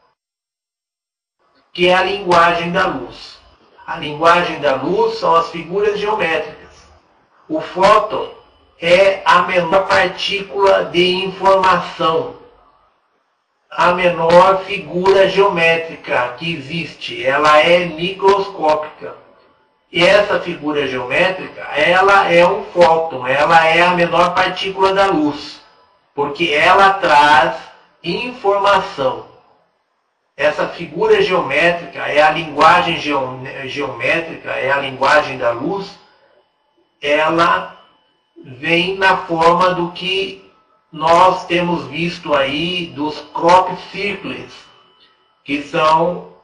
que é a linguagem da luz. A linguagem da luz são as figuras geométricas. O fóton é a menor partícula de informação, a menor figura geométrica que existe. Ela é microscópica. E essa figura geométrica, ela é um fóton, ela é a menor partícula da luz, porque ela traz informação. Essa figura geométrica é a linguagem geométrica, é a linguagem da luz. Ela vem na forma do que nós temos visto aí dos crop circles, que são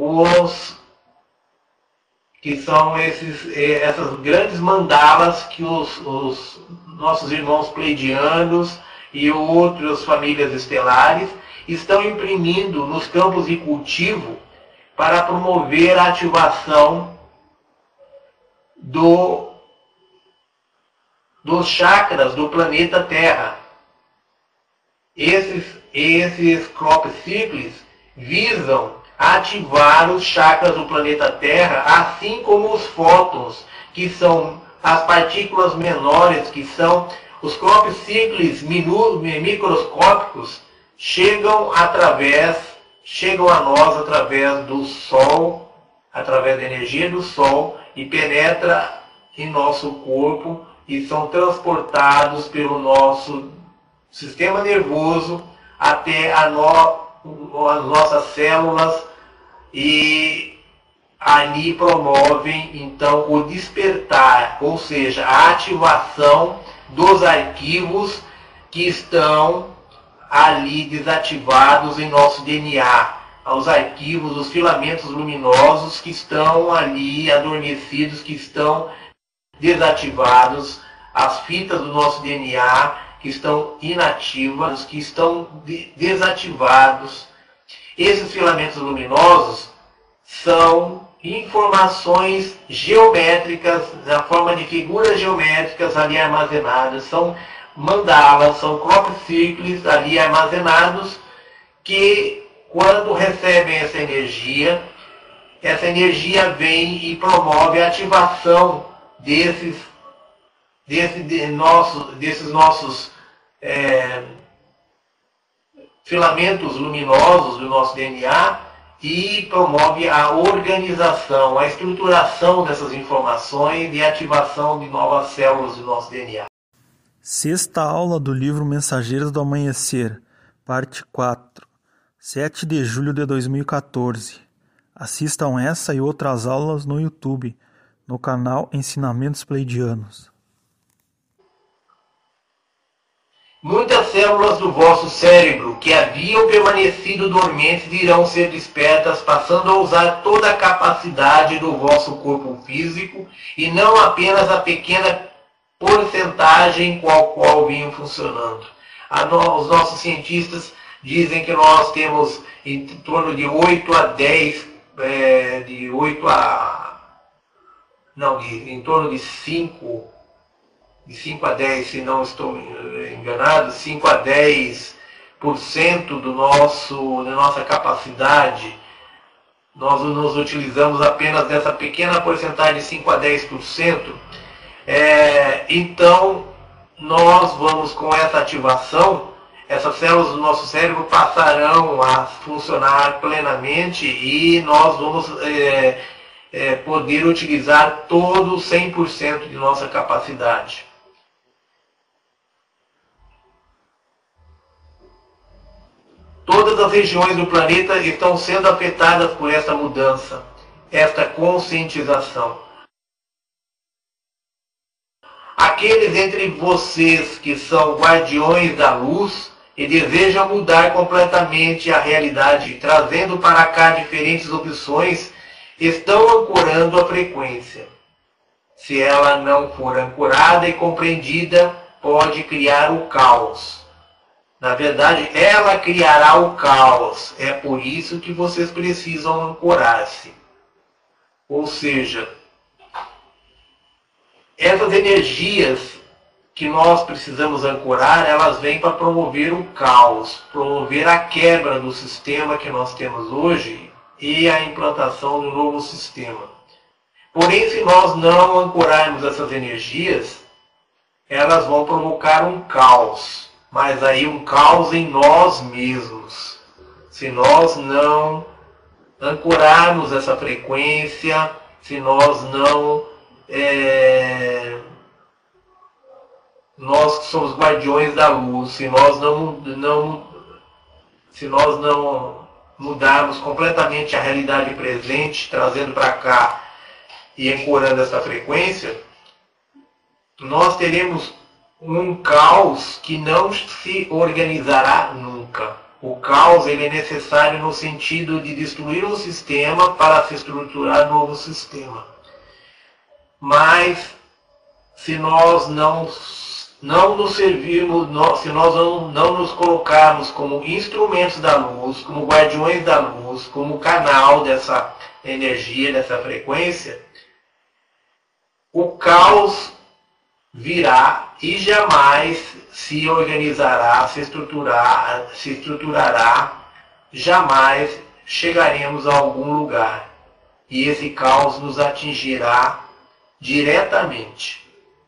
essas grandes mandalas que os nossos irmãos pleidianos e outras famílias estelares estão imprimindo nos campos de cultivo para promover a ativação dos chakras do planeta Terra. Esses crop circles visam ativar os chakras do planeta Terra, assim como os fótons, que são as partículas menores, que são os crop circles microscópicos, chegam a nós através do Sol, através da energia do Sol, e penetra em nosso corpo e são transportados pelo nosso sistema nervoso até as nossas células, e ali promovem então o despertar, ou seja, a ativação dos arquivos que estão ali desativados em nosso DNA, aos arquivos, os filamentos luminosos que estão ali adormecidos, que estão desativados, as fitas do nosso DNA que estão inativas, que estão desativados. Esses filamentos luminosos são informações geométricas, na forma de figuras geométricas ali armazenadas, são mandalas, são crop circles ali armazenados, que quando recebem essa energia vem e promove a ativação desses nossos filamentos luminosos do nosso DNA, e promove a organização, a estruturação dessas informações e a ativação de novas células do nosso DNA. Sexta aula do livro Mensageiros do Amanhecer, parte 4, 7 de julho de 2014. Assistam essa e outras aulas no YouTube, no canal Ensinamentos Pleidianos. Muitas células do vosso cérebro que haviam permanecido dormentes irão ser despertas, passando a usar toda a capacidade do vosso corpo físico e não apenas a pequena porcentagem com a qual vinham funcionando. Os nossos cientistas dizem que nós temos em torno de 8 a 10, em torno de 5 a 10, se não estou enganado, 5 a 10% da nossa capacidade. Nós nos utilizamos apenas dessa pequena porcentagem de 5 a 10%. Então, nós vamos, com essa ativação, essas células do nosso cérebro passarão a funcionar plenamente e nós vamos poder utilizar todo 100% de nossa capacidade. Todas as regiões do planeta estão sendo afetadas por essa mudança, esta conscientização. Aqueles entre vocês que são guardiões da luz e desejam mudar completamente a realidade, trazendo para cá diferentes opções, estão ancorando a frequência. Se ela não for ancorada e compreendida, pode criar o caos. Na verdade, ela criará o caos. É por isso que vocês precisam ancorar-se. Ou seja, essas energias que nós precisamos ancorar, elas vêm para promover o caos, promover a quebra do sistema que nós temos hoje e a implantação do novo sistema. Porém, se nós não ancorarmos essas energias, elas vão provocar um caos, mas aí um caos em nós mesmos. Se nós não ancorarmos essa frequência, se nós não... nós que somos guardiões da luz, se nós não mudarmos completamente a realidade presente, trazendo para cá e ancorando essa frequência, nós teremos um caos que não se organizará nunca. O caos ele é necessário no sentido de destruir um sistema para se estruturar um novo sistema. Mas se nós não nos servirmos, se nós não nos colocarmos como instrumentos da luz, como guardiões da luz, como canal dessa energia, dessa frequência, o caos virá e jamais se organizará, se estruturará, jamais chegaremos a algum lugar. E esse caos nos atingirá diretamente.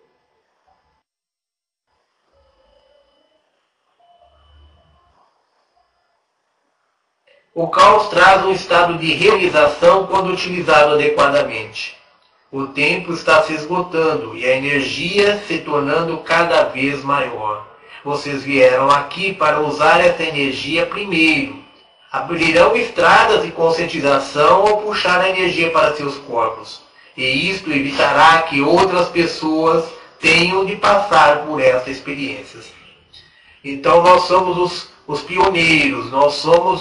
O caos traz um estado de realização quando utilizado adequadamente. O tempo está se esgotando e a energia se tornando cada vez maior. Vocês vieram aqui para usar essa energia primeiro. Abrirão estradas de conscientização ao puxar a energia para seus corpos. E isto evitará que outras pessoas tenham de passar por essas experiências. Então nós somos os pioneiros, nós somos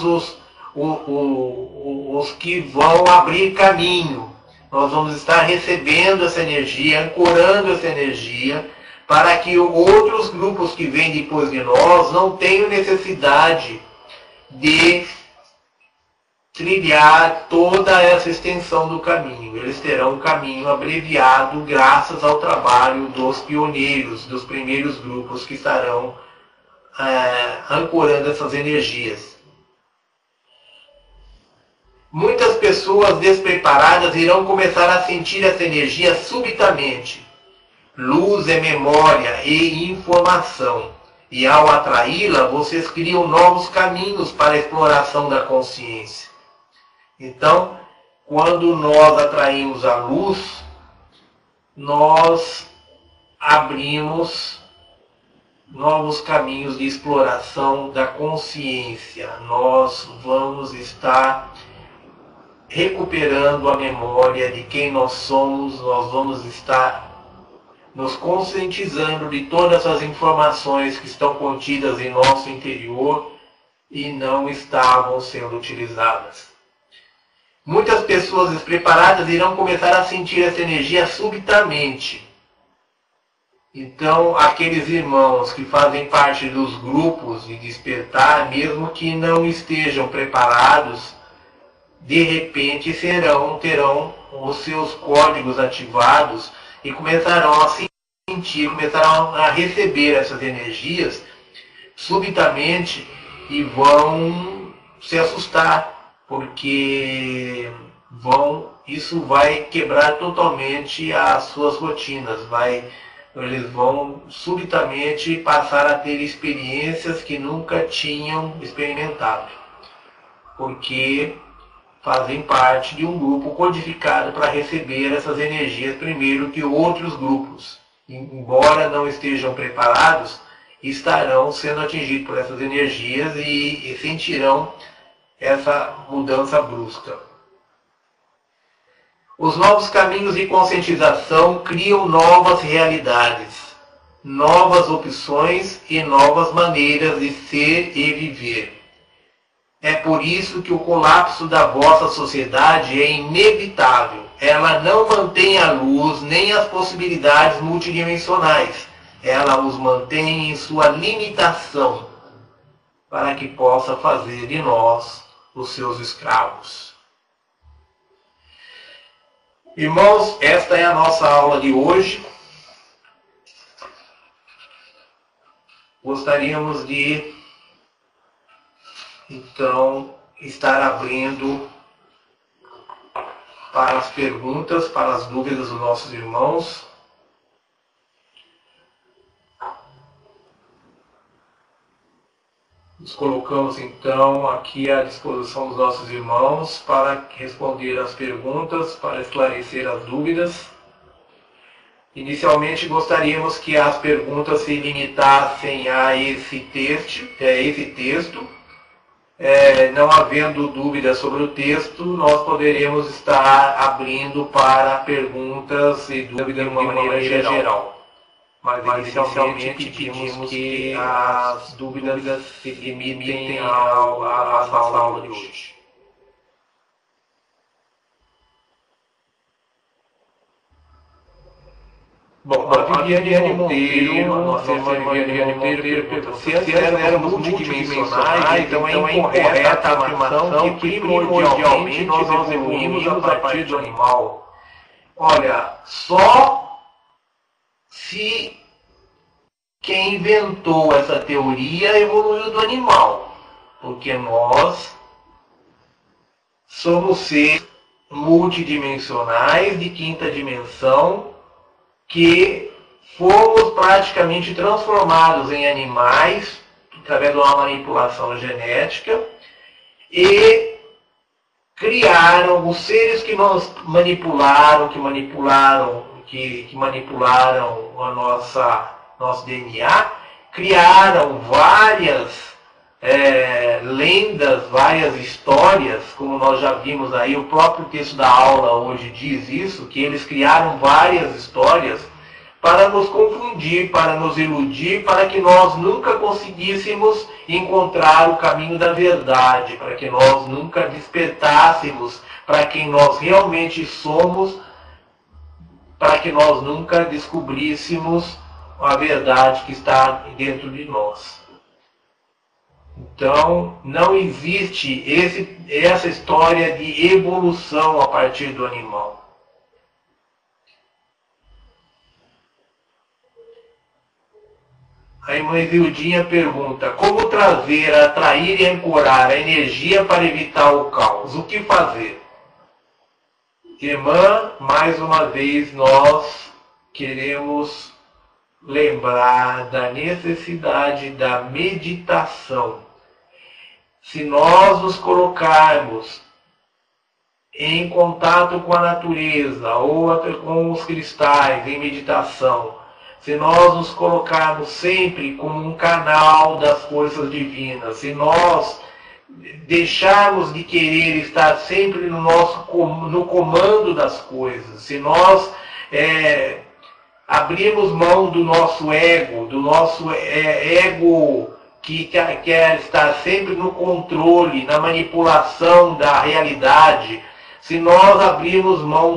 os que vão abrir caminho. Nós vamos estar recebendo essa energia, ancorando essa energia, para que outros grupos que vêm depois de nós não tenham necessidade de trilhar toda essa extensão do caminho. Eles terão um caminho abreviado graças ao trabalho dos pioneiros, dos primeiros grupos que estarão ancorando essas energias. Muitas pessoas despreparadas irão começar a sentir essa energia subitamente. Luz é memória e informação. E ao atraí-la, vocês criam novos caminhos para a exploração da consciência. Então, quando nós atraímos a luz, nós abrimos novos caminhos de exploração da consciência. Nós vamos estar recuperando a memória de quem nós somos, nós vamos estar nos conscientizando de todas as informações que estão contidas em nosso interior e não estavam sendo utilizadas. Muitas pessoas despreparadas irão começar a sentir essa energia subitamente. Então, aqueles irmãos que fazem parte dos grupos de despertar, mesmo que não estejam preparados, de repente terão os seus códigos ativados e começarão a sentir, começarão a receber essas energias subitamente e vão se assustar, porque isso vai quebrar totalmente as suas rotinas, eles vão subitamente passar a ter experiências que nunca tinham experimentado, porque fazem parte de um grupo codificado para receber essas energias primeiro que outros grupos. Embora não estejam preparados, estarão sendo atingidos por essas energias e sentirão essa mudança brusca. Os novos caminhos de conscientização criam novas realidades, novas opções e novas maneiras de ser e viver. É por isso que o colapso da vossa sociedade é inevitável ela não mantém a luz nem as possibilidades multidimensionais. Ela os mantém em sua limitação, para que possa fazer de nós os seus escravos. Irmãos, esta é a nossa aula de hoje. Gostaríamos de, então, estar abrindo para as perguntas, para as dúvidas dos nossos irmãos. Nos colocamos então aqui à disposição dos nossos irmãos para responder as perguntas, para esclarecer as dúvidas. Inicialmente gostaríamos que as perguntas se limitassem a esse texto. Não havendo dúvidas sobre o texto, nós poderemos estar abrindo para perguntas e dúvidas de uma maneira geral. Mas inicialmente pedimos que as dúvidas se limitem à nossa aula de hoje. Bom, a Viviane Monteiro, nossa irmã Viviane Monteiro, pergunta: se antes éramos multidimensionais, então é incorreta a afirmação que primordialmente nós evoluímos a partir do animal. Olha, só se quem inventou essa teoria evoluiu do animal, porque nós somos seres multidimensionais de quinta dimensão que fomos praticamente transformados em animais através de uma manipulação genética e criaram os seres que nos manipularam, que manipularam a nosso DNA, criaram várias lendas, várias histórias, como nós já vimos aí, o próprio texto da aula hoje diz isso, que eles criaram várias histórias para nos confundir, para nos iludir, para que nós nunca conseguíssemos encontrar o caminho da verdade, para que nós nunca despertássemos para quem nós realmente somos, para que nós nunca descobríssemos a verdade que está dentro de nós. Então, não existe essa história de evolução a partir do animal. A irmã Zildinha pergunta: como trazer, atrair e ancorar a energia para evitar o caos? O que fazer? Irmã, mais uma vez nós queremos lembrar da necessidade da meditação. Se nós nos colocarmos em contato com a natureza ou até com os cristais em meditação, se nós nos colocarmos sempre como um canal das forças divinas, se nós deixarmos de querer estar sempre no comando das coisas, se nós abrirmos mão do nosso ego, ego que quer estar sempre no controle, na manipulação da realidade, se nós abrirmos mão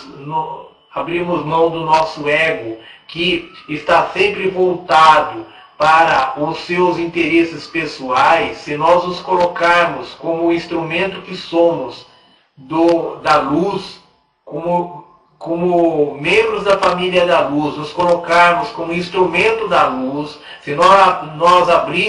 do nosso ego, que está sempre voltado para os seus interesses pessoais, se nós nos colocarmos como o instrumento que somos da luz, como membros da família da luz, nos colocarmos como instrumento da luz, se nós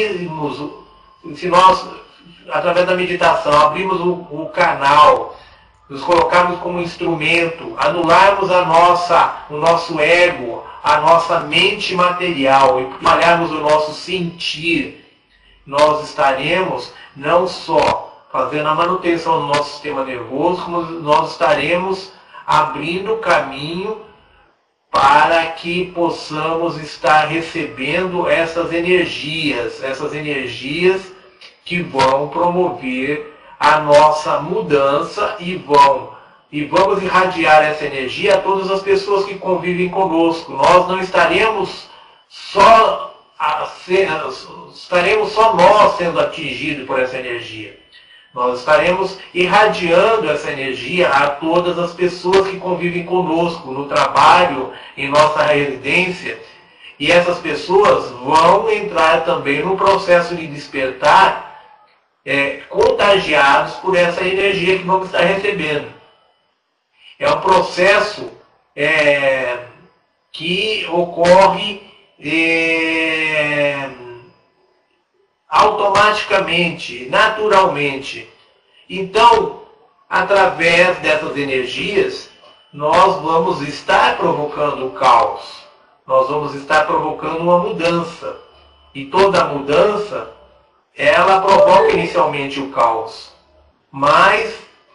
através da meditação, abrimos o canal, nos colocarmos como instrumento, anularmos o nosso ego, a nossa mente material e trabalharmos o nosso sentir, nós estaremos não só fazendo a manutenção do nosso sistema nervoso, como nós estaremos abrindo caminho para que possamos estar recebendo essas energias que vão promover a nossa mudança e vamos irradiar essa energia a todas as pessoas que convivem conosco. Nós não estaremos estaremos só nós sendo atingidos por essa energia. Nós estaremos irradiando essa energia a todas as pessoas que convivem conosco no trabalho, em nossa residência. E essas pessoas vão entrar também no processo de despertar, contagiados por essa energia que vamos estar recebendo. É um processo que ocorre automaticamente, naturalmente. Então, através dessas energias, nós vamos estar provocando o caos. Nós vamos estar provocando uma mudança. E toda mudança, ela provoca inicialmente o caos. Mas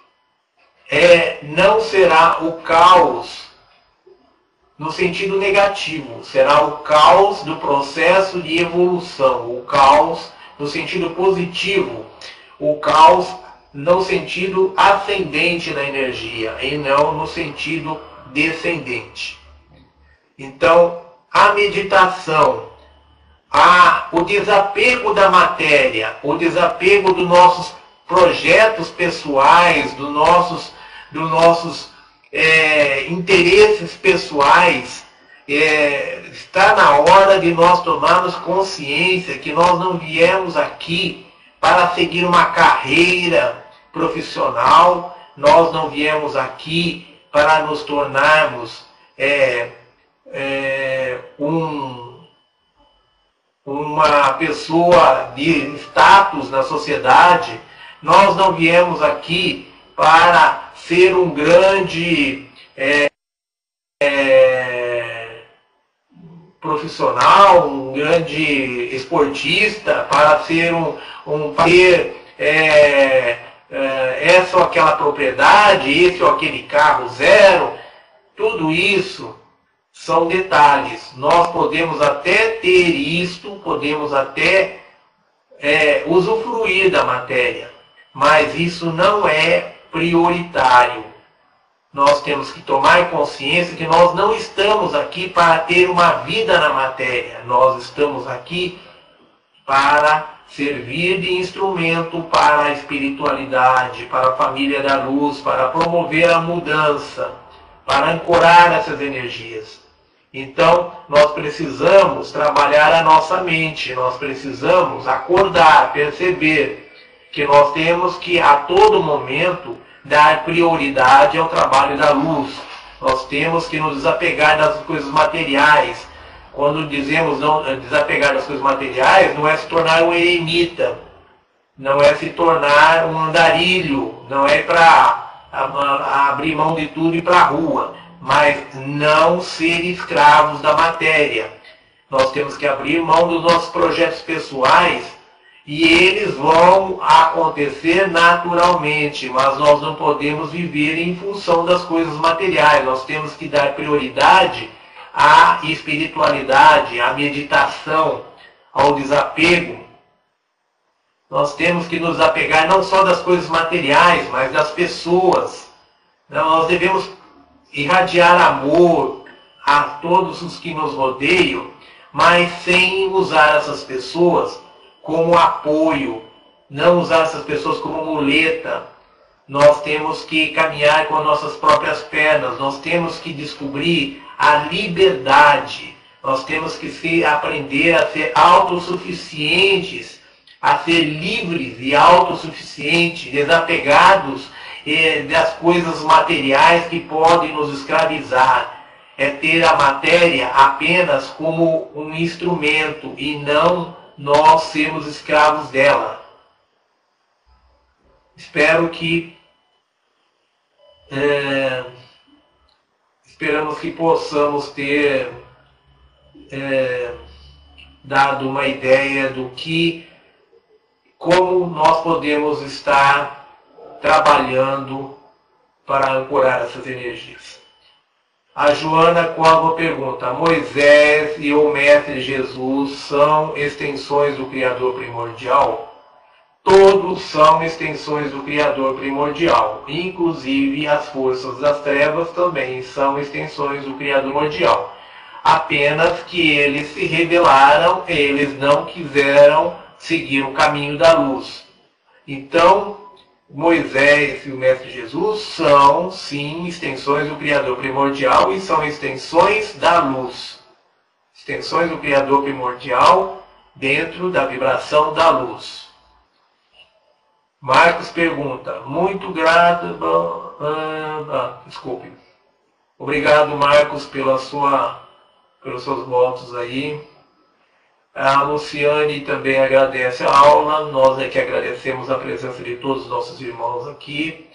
não será o caos no sentido negativo. Será o caos do processo de evolução. O caos no sentido positivo. O caos no sentido ascendente na energia e não no sentido descendente. Então, a meditação, o desapego da matéria, o desapego dos nossos projetos pessoais, dos nossos interesses pessoais, está na hora de nós tomarmos consciência que nós não viemos aqui para seguir uma carreira profissional, nós não viemos aqui para nos tornarmos uma pessoa de status na sociedade. Nós não viemos aqui para ser um grande profissional, um grande esportista, para ser essa ou aquela propriedade, esse ou aquele carro zero. Tudo isso são detalhes. Nós podemos até ter isto, podemos até usufruir da matéria, mas isso não é prioritário. Nós temos que tomar consciência que nós não estamos aqui para ter uma vida na matéria. Nós estamos aqui para servir de instrumento para a espiritualidade, para a família da luz, para promover a mudança, para ancorar essas energias. Então, nós precisamos trabalhar a nossa mente, nós precisamos acordar, perceber que nós temos que, a todo momento, dar prioridade ao trabalho da luz. Nós temos que nos desapegar das coisas materiais. Quando dizemos não desapegar das coisas materiais, não é se tornar um eremita, não é se tornar um andarilho, não é para abrir mão de tudo e ir para a rua, mas não ser escravos da matéria. Nós temos que abrir mão dos nossos projetos pessoais e eles vão acontecer naturalmente, mas nós não podemos viver em função das coisas materiais. Nós temos que dar prioridade à espiritualidade, à meditação, ao desapego. Nós temos que nos apegar não só das coisas materiais, mas das pessoas. Nós devemos irradiar amor a todos os que nos rodeiam, mas sem usar essas pessoas como apoio, não usar essas pessoas como muleta. Nós temos que caminhar com as nossas próprias pernas, nós temos que descobrir a liberdade, nós temos que aprender a ser autossuficientes, a ser livres e autossuficientes, desapegados das coisas materiais que podem nos escravizar. É ter a matéria apenas como um instrumento e não nós sermos escravos dela. Espero que esperamos que possamos ter dado uma ideia do como nós podemos estar trabalhando para ancorar essas energias. A Joana Cova pergunta: Moisés e o Mestre Jesus são extensões do Criador primordial? Todos são extensões do Criador primordial, inclusive as forças das trevas também são extensões do Criador primordial. Apenas que eles se rebelaram, eles não quiseram seguir o caminho da luz. Então, Moisés e o Mestre Jesus são, sim, extensões do Criador primordial e são extensões da luz. Extensões do Criador primordial dentro da vibração da luz. Marcos pergunta, muito grato... desculpe. Obrigado, Marcos, pelos seus votos aí. A Luciane também agradece a aula. Nós é que agradecemos a presença de todos os nossos irmãos aqui.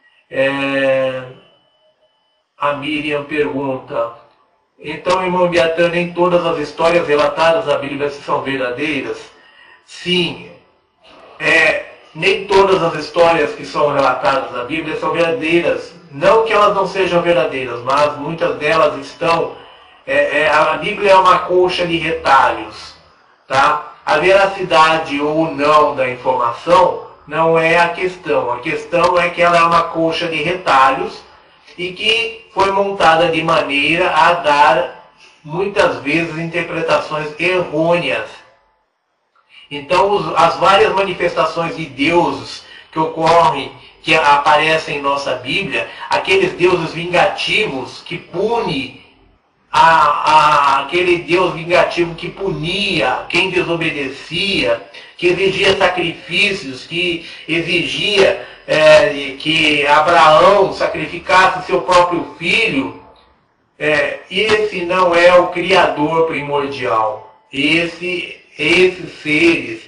A Miriam pergunta, então, irmão Biatan, nem todas as histórias relatadas na Bíblia são verdadeiras? Sim, nem todas as histórias que são relatadas na Bíblia são verdadeiras. Não que elas não sejam verdadeiras, mas muitas delas estão... a Bíblia é uma colcha de retalhos. Tá? A veracidade ou não da informação não é a questão. A questão é que ela é uma colcha de retalhos e que foi montada de maneira a dar, muitas vezes, interpretações errôneas. Então, as várias manifestações de deuses que ocorrem, que aparecem em nossa Bíblia, aqueles deuses vingativos que punem, aquele Deus vingativo que punia quem desobedecia, que exigia sacrifícios, que exigia que Abraão sacrificasse seu próprio filho, esse não é o Criador primordial. Esses seres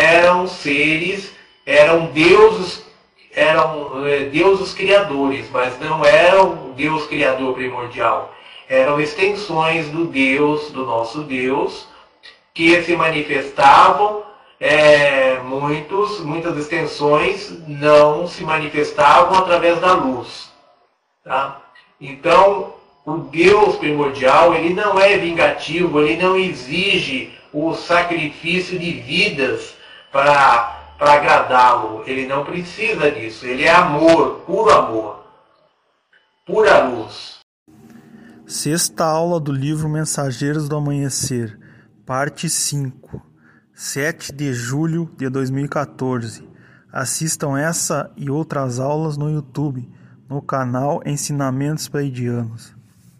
eram deuses criadores, mas não eram Deus Criador primordial. Eram extensões do nosso Deus, que se manifestavam, muitas extensões não se manifestavam através da luz. Tá? Então, o Deus primordial, ele não é vingativo, ele não exige o sacrifício de vidas para agradá-lo. Ele não precisa disso, ele é amor, pura luz. Sexta aula do livro Mensageiros do Amanhecer, parte 5, 7 de julho de 2014. Assistam essa e outras aulas no YouTube, no canal Ensinamentos Pleidianos.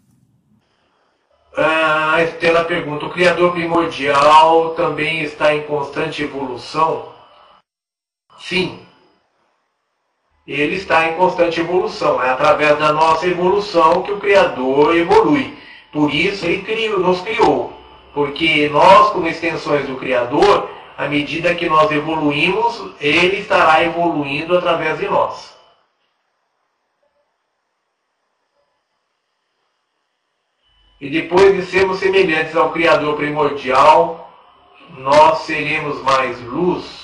A Estela pergunta, o Criador primordial também está em constante evolução? Sim. Ele está em constante evolução. É através da nossa evolução que o Criador evolui. Por isso ele nos criou. Porque nós, como extensões do Criador, à medida que nós evoluímos, ele estará evoluindo através de nós. E depois de sermos semelhantes ao Criador primordial, nós seremos mais luz.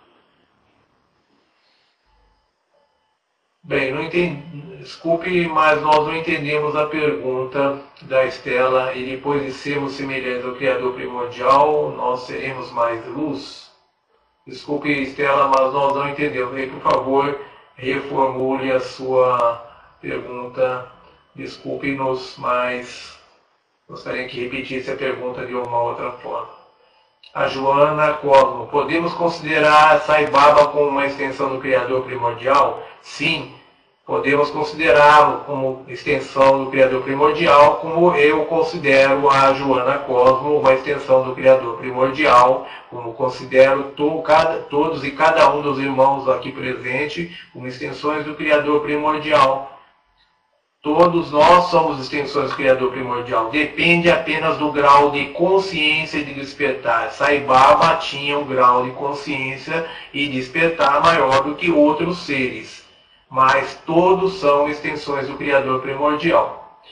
Bem, não entendi, desculpe, mas nós não entendemos a pergunta da Estela. E depois de sermos semelhantes ao Criador primordial, nós seremos mais luz? Desculpe, Estela, mas nós não entendemos. E, por favor, reformule a sua pergunta. Desculpe-nos, mas gostaria que repetisse a pergunta de uma outra forma. A Joana Cosmo, podemos considerar Sai Baba como uma extensão do Criador primordial? Sim, podemos considerá-lo como extensão do Criador primordial, como eu considero a Joana Cosmo uma extensão do Criador primordial, como considero todos e cada um dos irmãos aqui presentes como extensões do Criador primordial. Todos nós somos extensões do Criador primordial. Depende apenas do grau de consciência e de despertar. Sai Baba tinha um grau de consciência e despertar maior do que outros seres. Mas todos são extensões do Criador primordial.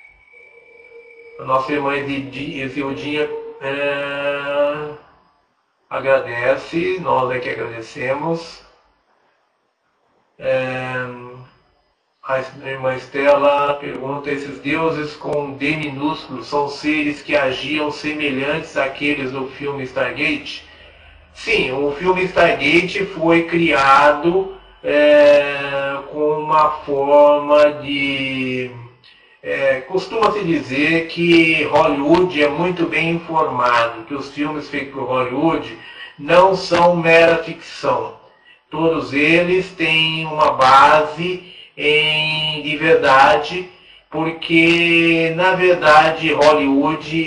A nossa irmã Isildinha agradece, nós é que agradecemos. A irmã Estela pergunta, esses deuses com D minúsculo são seres que agiam semelhantes àqueles do filme Stargate? Sim, o filme Stargate foi criado com uma forma de... costuma-se dizer que Hollywood é muito bem informado, que os filmes feitos por Hollywood não são mera ficção. Todos eles têm uma base de verdade, porque na verdade Hollywood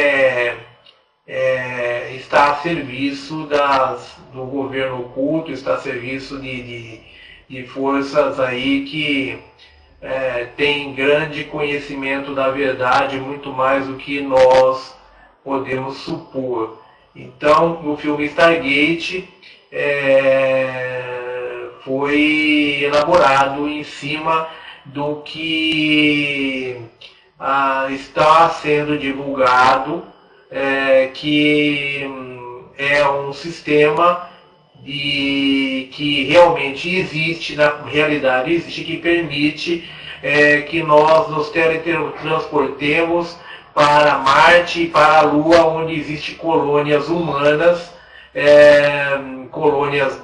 está a serviço do governo oculto, está a serviço de forças aí que têm grande conhecimento da verdade, muito mais do que nós podemos supor. Então, o filme Stargate foi elaborado em cima do que está sendo divulgado, que é um sistema que realmente existe, na realidade existe, que permite que nós nos teletransportemos para Marte e para a Lua, onde existem colônias humanas, colônias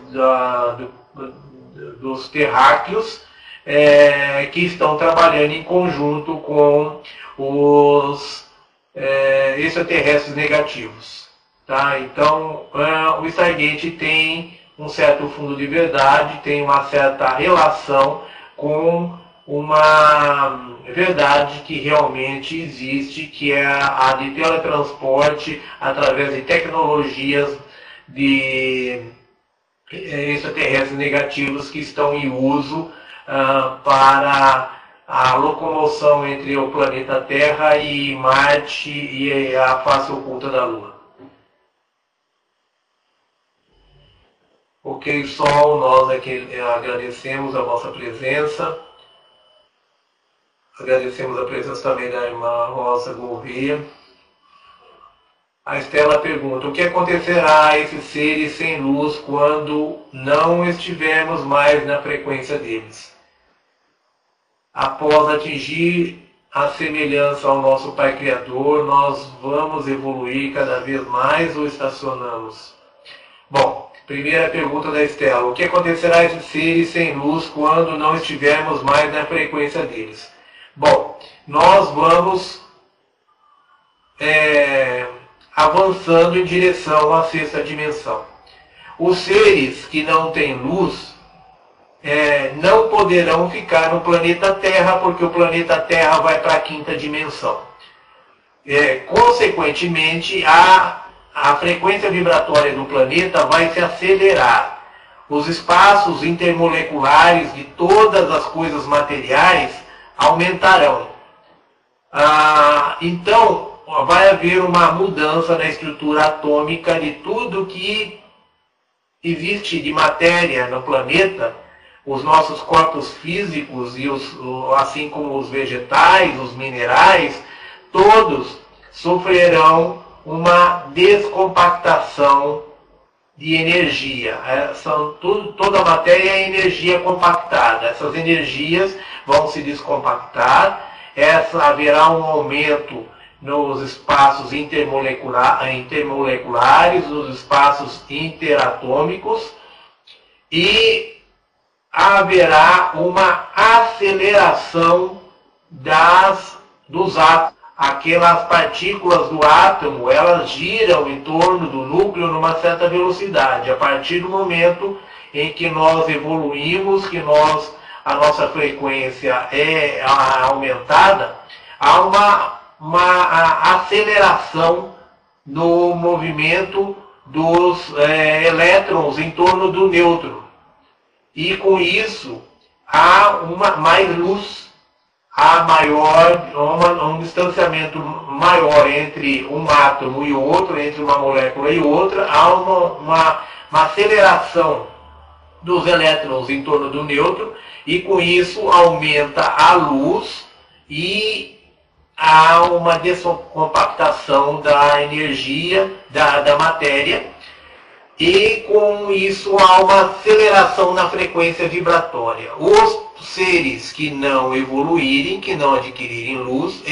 dos terráqueos, que estão trabalhando em conjunto com os extraterrestres negativos. Tá? Então, o Stargate tem um certo fundo de verdade, tem uma certa relação com uma verdade que realmente existe, que é a de teletransporte através de tecnologias de extraterrestres negativos que estão em uso para a locomoção entre o planeta Terra e Marte e a face oculta da Lua. Ok, Sol, nós aqui agradecemos a vossa presença. Agradecemos a presença também da irmã Rosa Gouveia. A Estela pergunta: o que acontecerá a esses seres sem luz quando não estivermos mais na frequência deles? Após atingir a semelhança ao nosso Pai Criador, nós vamos evoluir cada vez mais ou estacionamos? Bom, primeira pergunta da Estela: o que acontecerá a esses seres sem luz quando não estivermos mais na frequência deles? Bom, nós vamos avançando em direção à sexta dimensão. Os seres que não têm luz não poderão ficar no planeta Terra, porque o planeta Terra vai para a quinta dimensão. Consequentemente, a frequência vibratória do planeta vai se acelerar. Os espaços intermoleculares de todas as coisas materiais aumentarão. Então, vai haver uma mudança na estrutura atômica de tudo que existe de matéria no planeta. Os nossos corpos físicos, assim como os vegetais, os minerais, todos sofrerão uma descompactação de energia. Toda a matéria é energia compactada. Essas energias vão se descompactar, haverá um aumento nos espaços intermoleculares, nos espaços interatômicos, e haverá uma aceleração dos átomos. Aquelas partículas do átomo, elas giram em torno do núcleo numa certa velocidade. A partir do momento em que nós evoluímos, que a nossa frequência é aumentada, há uma aceleração no movimento dos elétrons em torno do nêutron. E com isso há mais luz, há um distanciamento maior entre um átomo e outro, entre uma molécula e outra, há uma aceleração dos elétrons em torno do nêutron, e com isso aumenta a luz e há uma descompactação da energia, da matéria, e com isso há uma aceleração na frequência vibratória. Os seres que não evoluírem, que não adquirirem luz,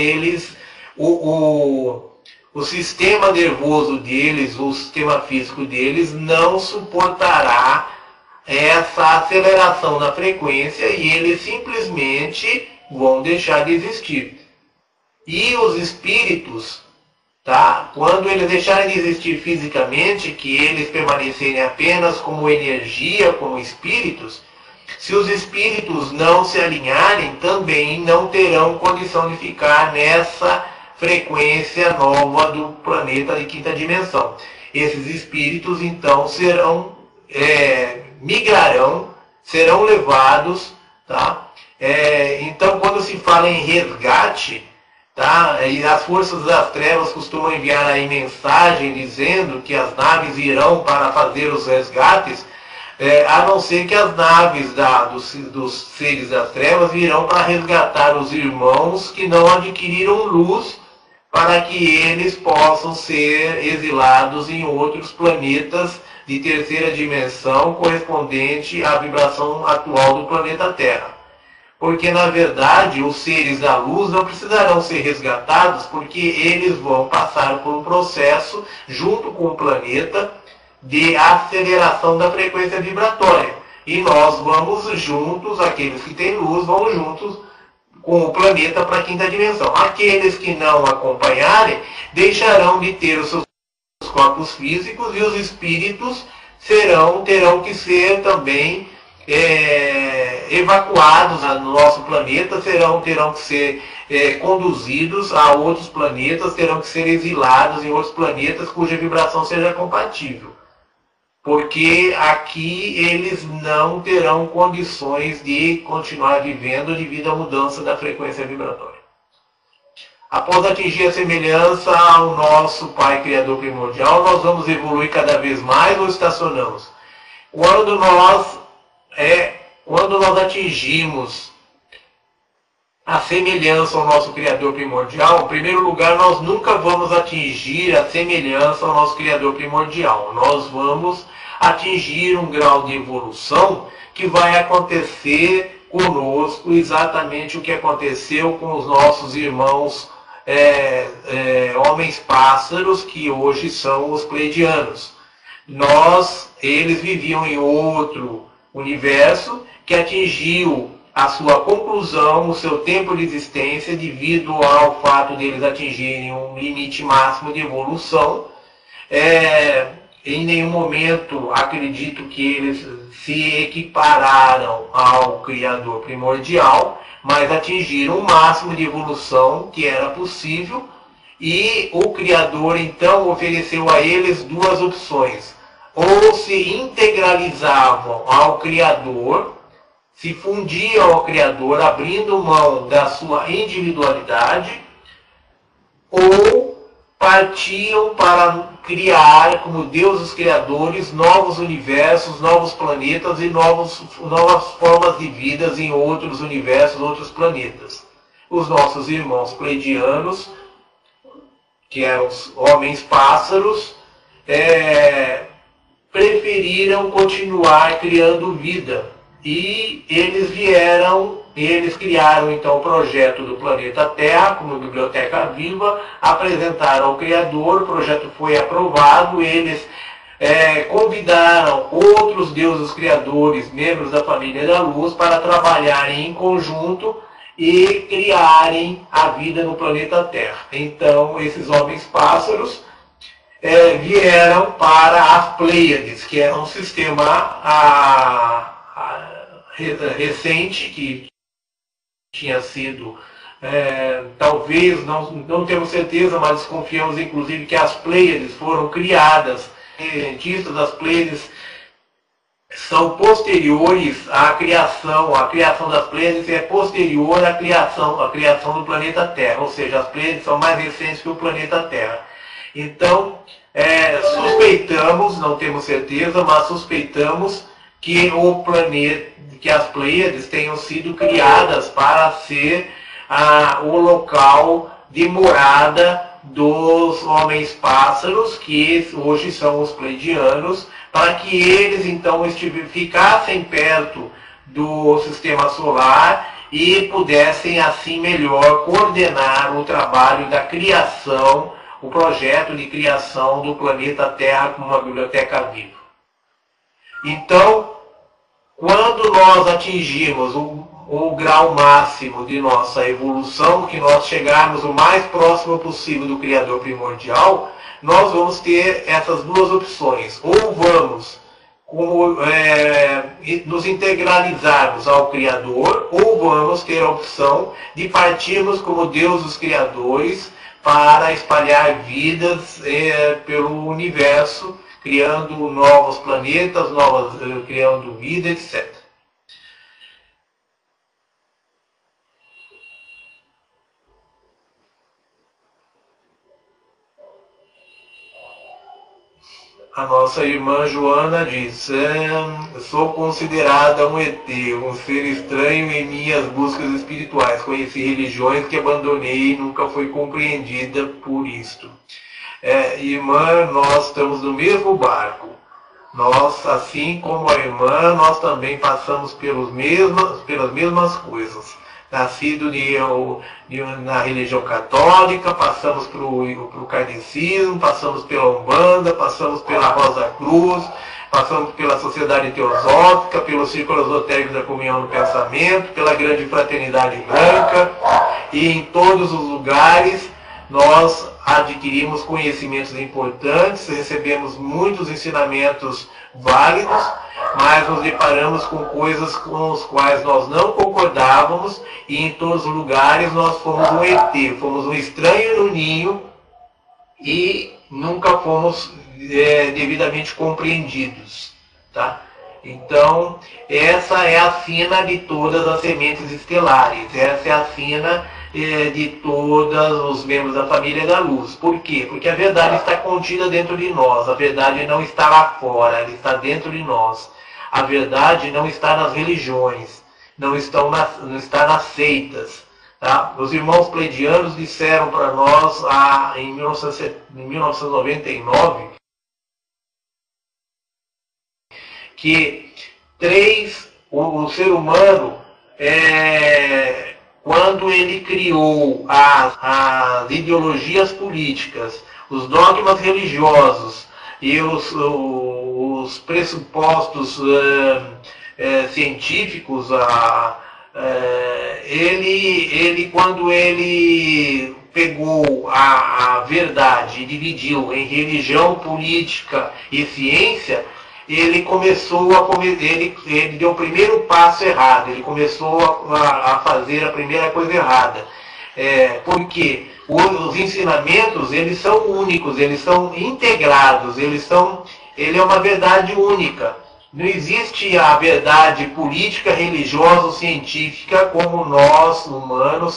o sistema nervoso deles, o sistema físico deles não suportará essa aceleração na frequência e eles simplesmente vão deixar de existir. E os espíritos tá? Quando eles deixarem de existir fisicamente, que eles permanecerem apenas como energia, como espíritos, se os espíritos não se alinharem, também não terão condição de ficar nessa frequência nova do planeta de quinta dimensão. Esses espíritos, então, migrarão, serão levados, tá? Então, quando se fala em resgate, tá? E as forças das trevas costumam enviar aí mensagem dizendo que as naves irão para fazer os resgates, a não ser que as naves dos seres das trevas virão para resgatar os irmãos que não adquiriram luz, para que eles possam ser exilados em outros planetas de terceira dimensão, correspondente à vibração atual do planeta Terra. Porque, na verdade, os seres da luz não precisarão ser resgatados, porque eles vão passar por um processo, junto com o planeta, de aceleração da frequência vibratória. E nós vamos juntos, aqueles que têm luz, vão juntos com o planeta para a quinta dimensão. Aqueles que não acompanharem deixarão de ter os seus corpos físicos, e os espíritos terão que ser também evacuados no nosso planeta, terão que ser conduzidos a outros planetas, terão que ser exilados em outros planetas cuja vibração seja compatível. Porque aqui eles não terão condições de continuar vivendo devido à mudança da frequência vibratória. Após atingir a semelhança ao nosso Pai Criador primordial, nós vamos evoluir cada vez mais ou estacionamos? Quando nós atingimos a semelhança ao nosso Criador primordial, em primeiro lugar, nós nunca vamos atingir a semelhança ao nosso Criador primordial. Nós vamos atingir um grau de evolução que vai acontecer conosco exatamente o que aconteceu com os nossos irmãos homens pássaros, que hoje são os pleidianos. Eles viviam em outro universo que atingiu a sua conclusão, o seu tempo de existência, devido ao fato de eles atingirem um limite máximo de evolução. Em nenhum momento acredito que eles se equipararam ao Criador primordial, mas atingiram o máximo de evolução que era possível, e o Criador então ofereceu a eles duas opções: ou se integralizavam ao Criador, se fundiam ao Criador, abrindo mão da sua individualidade, ou partiam para criar, como deuses criadores, novos universos, novos planetas e novas formas de vidas em outros universos, outros planetas. Os nossos irmãos pleidianos, que eram os homens pássaros, preferiram continuar criando vida. E eles criaram então o projeto do planeta Terra como biblioteca viva, apresentaram ao Criador, o projeto foi aprovado, eles convidaram outros deuses criadores, membros da família da luz, para trabalharem em conjunto e criarem a vida no planeta Terra. Então esses homens pássaros vieram para as Pleiades, que era um sistema recente, que tinha sido, talvez, não temos certeza, mas desconfiamos inclusive que as Pleiades foram criadas. Os cientistas das Pleiades são posteriores à criação. A criação das Pleiades é posterior à criação do planeta Terra, ou seja, as Pleiades são mais recentes que o planeta Terra. Então, suspeitamos, não temos certeza, mas suspeitamos que as Pleiades tenham sido criadas para ser o local de morada dos homens pássaros, que hoje são os pleidianos, para que eles então ficassem perto do sistema solar e pudessem assim melhor coordenar o trabalho da criação, o projeto de criação do planeta Terra como uma biblioteca viva. Então, quando nós atingimos o grau máximo de nossa evolução, que nós chegarmos o mais próximo possível do Criador primordial, nós vamos ter essas duas opções. Ou vamos nos integralizarmos ao Criador, ou vamos ter a opção de partirmos como deuses criadores para espalhar vidas pelo universo, criando novos planetas, criando vida, etc. A nossa irmã Joana diz: sou considerada um ET, um ser estranho em minhas buscas espirituais. Conheci religiões que abandonei e nunca fui compreendida por isto. Irmã, nós estamos no mesmo barco. Nós, assim como a irmã, nós também passamos pelas mesmas coisas. Nascido na religião católica, passamos pelo kardecismo, passamos pela Umbanda, passamos pela Rosa Cruz, passamos pela Sociedade Teosófica, pelo Círculo Esotérico da Comunhão do Pensamento, pela Grande Fraternidade Branca, e em todos os lugares nós adquirimos conhecimentos importantes, recebemos muitos ensinamentos válidos, mas nos deparamos com coisas com as quais nós não concordávamos, e em todos os lugares nós fomos um ET, fomos um estranho no ninho e nunca fomos devidamente compreendidos. Tá? Então, essa é a sina de todas as sementes estelares, essa é a sina de todos os membros da família da luz. Por quê? Porque a verdade está contida dentro de nós, a verdade não está lá fora, ela está dentro de nós. A verdade não está nas religiões, não está nas seitas. Tá? Os irmãos pleidianos disseram para nós em 1999 que o ser humano, quando ele criou as ideologias políticas, os dogmas religiosos e os pressupostos científicos, quando ele pegou a verdade e dividiu em religião, política e ciência, ele deu o primeiro passo errado, ele começou a fazer a primeira coisa errada. Porque os ensinamentos, eles são únicos, eles são integrados, ele é uma verdade única. Não existe a verdade política, religiosa ou científica como nós, humanos,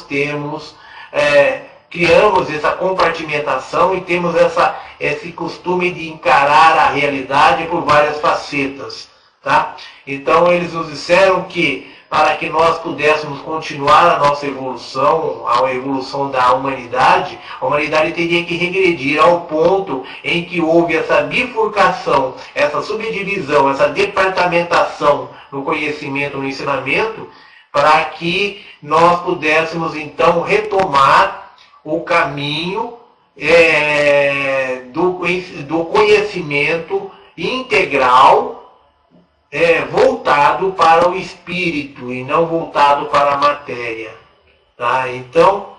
criamos essa compartimentação e temos esse costume de encarar a realidade por várias facetas. Tá? Então eles nos disseram que para que nós pudéssemos continuar a nossa evolução, a evolução da humanidade, a humanidade teria que regredir ao ponto em que houve essa bifurcação, essa subdivisão, essa departamentação no conhecimento, no ensinamento, para que nós pudéssemos então retomar o caminho do conhecimento integral, voltado para o espírito e não voltado para a matéria. Tá? Então,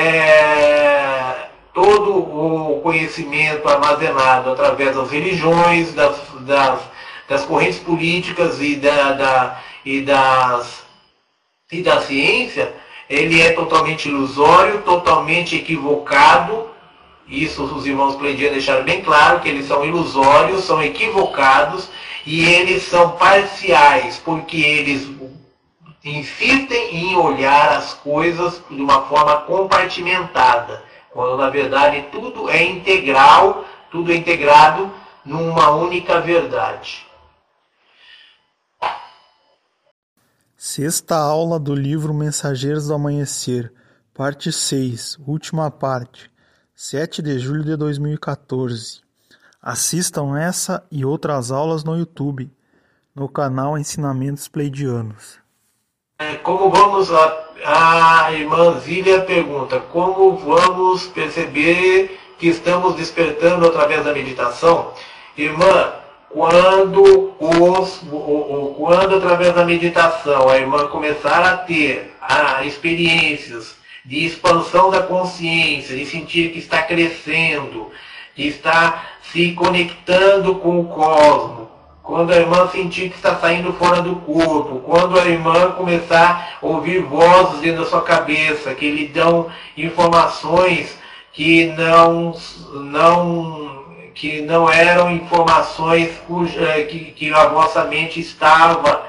todo o conhecimento armazenado através das religiões, das correntes políticas e da ciência, ele é totalmente ilusório, totalmente equivocado. Isso os irmãos pleidianos deixaram bem claro, que eles são ilusórios, são equivocados, e eles são parciais, porque eles insistem em olhar as coisas de uma forma compartimentada, quando na verdade tudo é integral, tudo é integrado numa única verdade. Sexta aula do livro Mensageiros do Amanhecer, parte 6, última parte, 7 de julho de 2014. Assistam essa e outras aulas no YouTube, no canal Ensinamentos Pleidianos. Como vamos, a irmã Zília pergunta, como vamos perceber que estamos despertando através da meditação? Irmã, quando através da meditação a irmã começar a ter experiências de expansão da consciência, de sentir que está crescendo, que está se conectando com o cosmos, quando a irmã sentir que está saindo fora do corpo, quando a irmã começar a ouvir vozes dentro da sua cabeça, que lhe dão informações que não eram informações que a vossa mente estava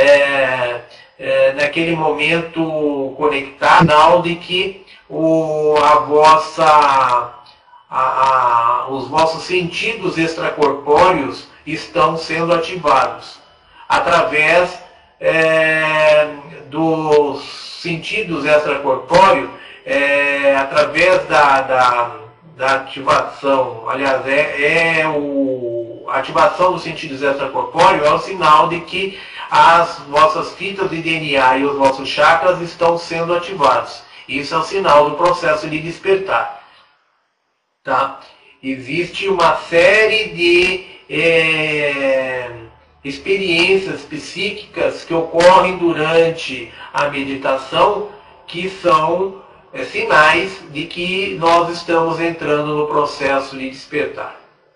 naquele momento conectada, sinal de que os vossos sentidos extracorpóreos estão sendo ativados através dos sentidos extracorpóreos, através da ativação. Aliás, a ativação dos sentidos extracorpóreos é o sinal de que as vossas fitas de DNA e os vossos chakras estão sendo ativados. Isso é um sinal do processo de despertar. Tá? Existe uma série de experiências psíquicas que ocorrem durante a meditação que são sinais de que nós estamos entrando no processo de despertar.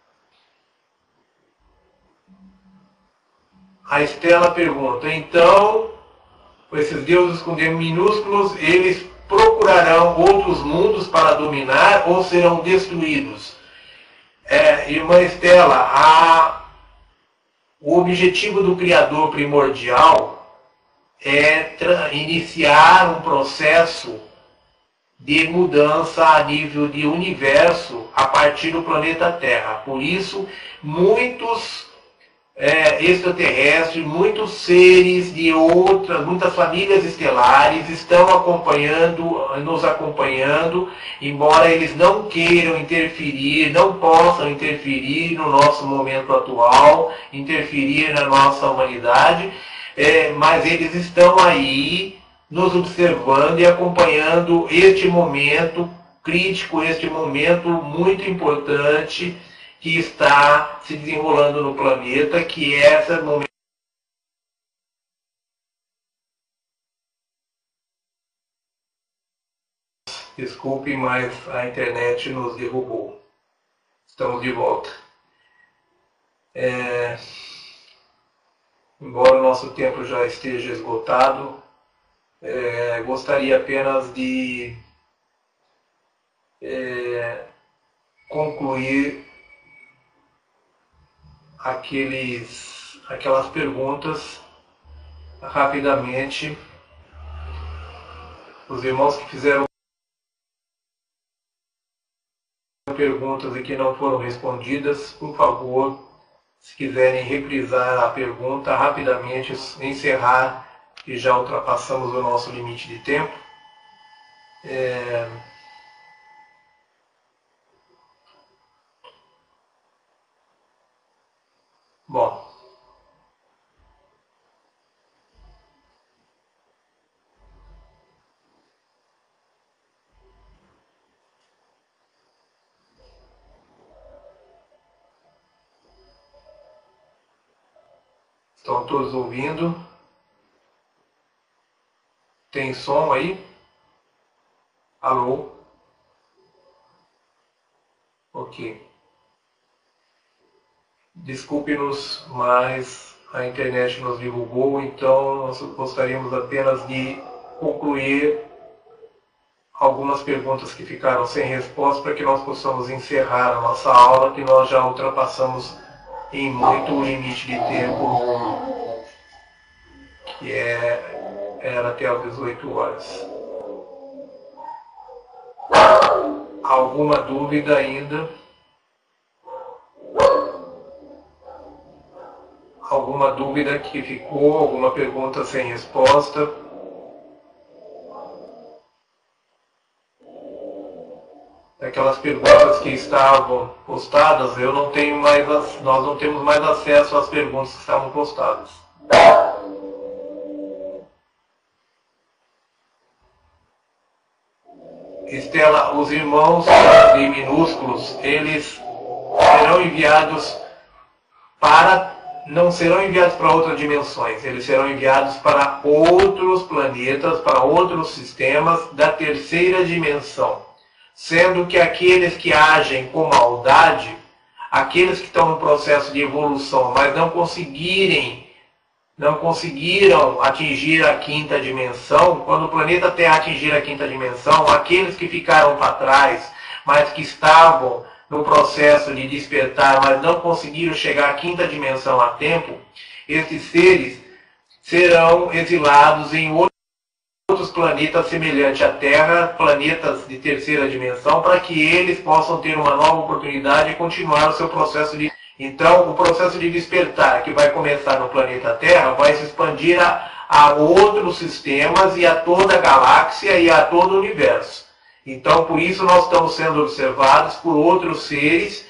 A Estela pergunta, então, esses deuses com D minúsculos, eles procurarão outros mundos para dominar ou serão destruídos? Irmã Estela, o objetivo do Criador primordial é iniciar um processo de mudança a nível de universo a partir do planeta Terra. Por isso, muitos extraterrestres, muitos seres de muitas famílias estelares estão nos acompanhando, embora eles não queiram interferir, não possam interferir no nosso momento atual, interferir na nossa humanidade, mas eles estão aí nos observando e acompanhando este momento crítico, este momento muito importante que está se desenrolando no planeta, que é esse momento. Desculpe, mas a internet nos derrubou. Estamos de volta. Embora o nosso tempo já esteja esgotado, gostaria apenas de concluir aquelas perguntas rapidamente. Os irmãos que fizeram perguntas e que não foram respondidas, por favor, se quiserem reprisar a pergunta rapidamente, encerrar, que já ultrapassamos o nosso limite de tempo. Bom, estão todos ouvindo? Tem som aí? Alô? Ok. Desculpe-nos, mas a internet nos derrubou, então nós gostaríamos apenas de concluir algumas perguntas que ficaram sem resposta para que nós possamos encerrar a nossa aula, que nós já ultrapassamos em muito o limite de tempo, que era até às 18 horas. Alguma dúvida ainda? Alguma dúvida que ficou? Alguma pergunta sem resposta? Aquelas perguntas que estavam postadas, nós não temos mais acesso às perguntas que estavam postadas. Estela, os irmãos em minúsculos, eles serão enviados não serão enviados para outras dimensões, eles serão enviados para outros planetas, para outros sistemas da terceira dimensão. Sendo que aqueles que agem com maldade, aqueles que estão no processo de evolução, mas não conseguiram atingir a quinta dimensão, quando o planeta Terra atingir a quinta dimensão, aqueles que ficaram para trás, mas que estavam no processo de despertar, mas não conseguiram chegar à quinta dimensão a tempo, esses seres serão exilados em outros planetas semelhantes à Terra, planetas de terceira dimensão, para que eles possam ter uma nova oportunidade e continuar o seu processo de... Então, o processo de despertar, que vai começar no planeta Terra, vai se expandir a outros sistemas e a toda a galáxia e a todo o universo. Então, por isso nós estamos sendo observados por outros seres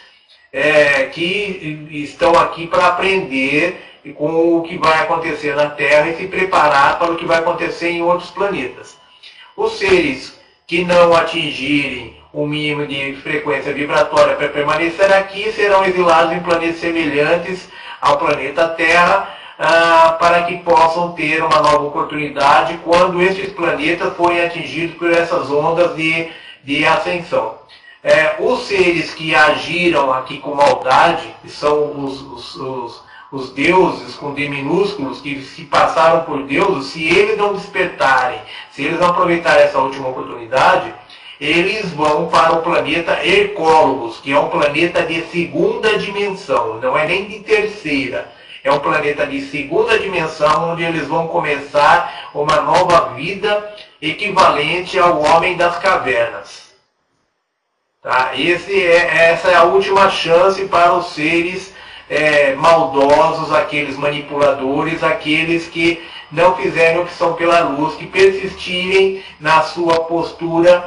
que estão aqui para aprender com o que vai acontecer na Terra e se preparar para o que vai acontecer em outros planetas. Os seres que não atingirem o mínimo de frequência vibratória para permanecer aqui serão exilados em planetas semelhantes ao planeta Terra, para que possam ter uma nova oportunidade quando estes planetas forem atingidos por essas ondas de ascensão. Os seres que agiram aqui com maldade, que são os deuses com D minúsculos, que se passaram por deuses, se eles não despertarem, se eles não aproveitarem essa última oportunidade, eles vão para o planeta Hercólogos, que é um planeta de segunda dimensão, não é nem de terceira. É um planeta de segunda dimensão, onde eles vão começar uma nova vida equivalente ao Homem das Cavernas. Tá? Essa é a última chance para os seres maldosos, aqueles manipuladores, aqueles que não fizerem opção pela luz, que persistirem na sua postura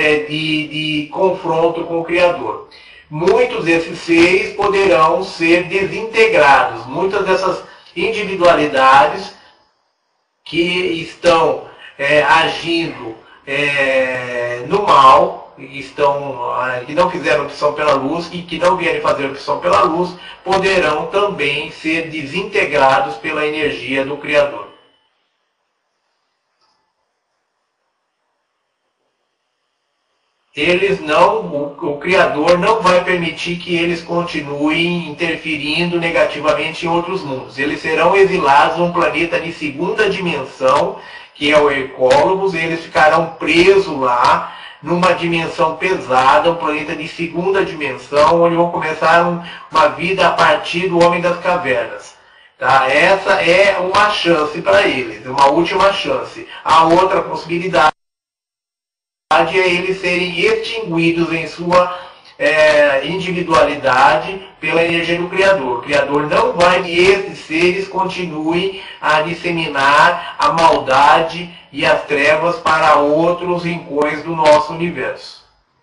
de confronto com o Criador. Muitos desses seres poderão ser desintegrados. Muitas dessas individualidades que estão agindo no mal, que não fizeram opção pela luz e que não vierem fazer opção pela luz, poderão também ser desintegrados pela energia do Criador. O Criador não vai permitir que eles continuem interferindo negativamente em outros mundos. Eles serão exilados num planeta de segunda dimensão, que é o Hercólogos, e eles ficarão presos lá, numa dimensão pesada, um planeta de segunda dimensão, onde vão começar uma vida a partir do Homem das Cavernas. Tá? Essa é uma chance para eles, uma última chance. A outra possibilidade é eles serem extinguidos em sua individualidade pela energia do Criador. O Criador não vai que esses seres continuem a disseminar a maldade e as trevas para outros rincões do nosso universo.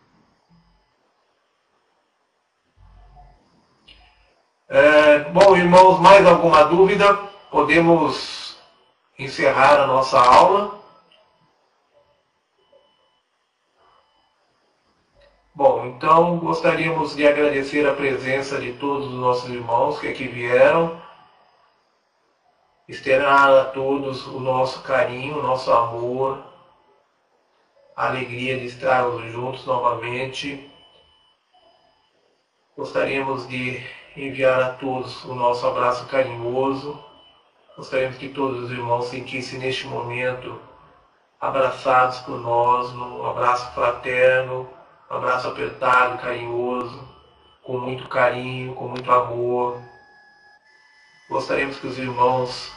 Bom, irmãos, mais alguma dúvida? Podemos encerrar a nossa aula. Bom, então gostaríamos de agradecer a presença de todos os nossos irmãos que aqui vieram, externar a todos o nosso carinho, o nosso amor, a alegria de estarmos juntos novamente. Gostaríamos de enviar a todos o nosso abraço carinhoso. Gostaríamos que todos os irmãos sentissem neste momento abraçados por nós, num abraço fraterno, um abraço apertado, carinhoso, com muito carinho, com muito amor. Gostaríamos que os irmãos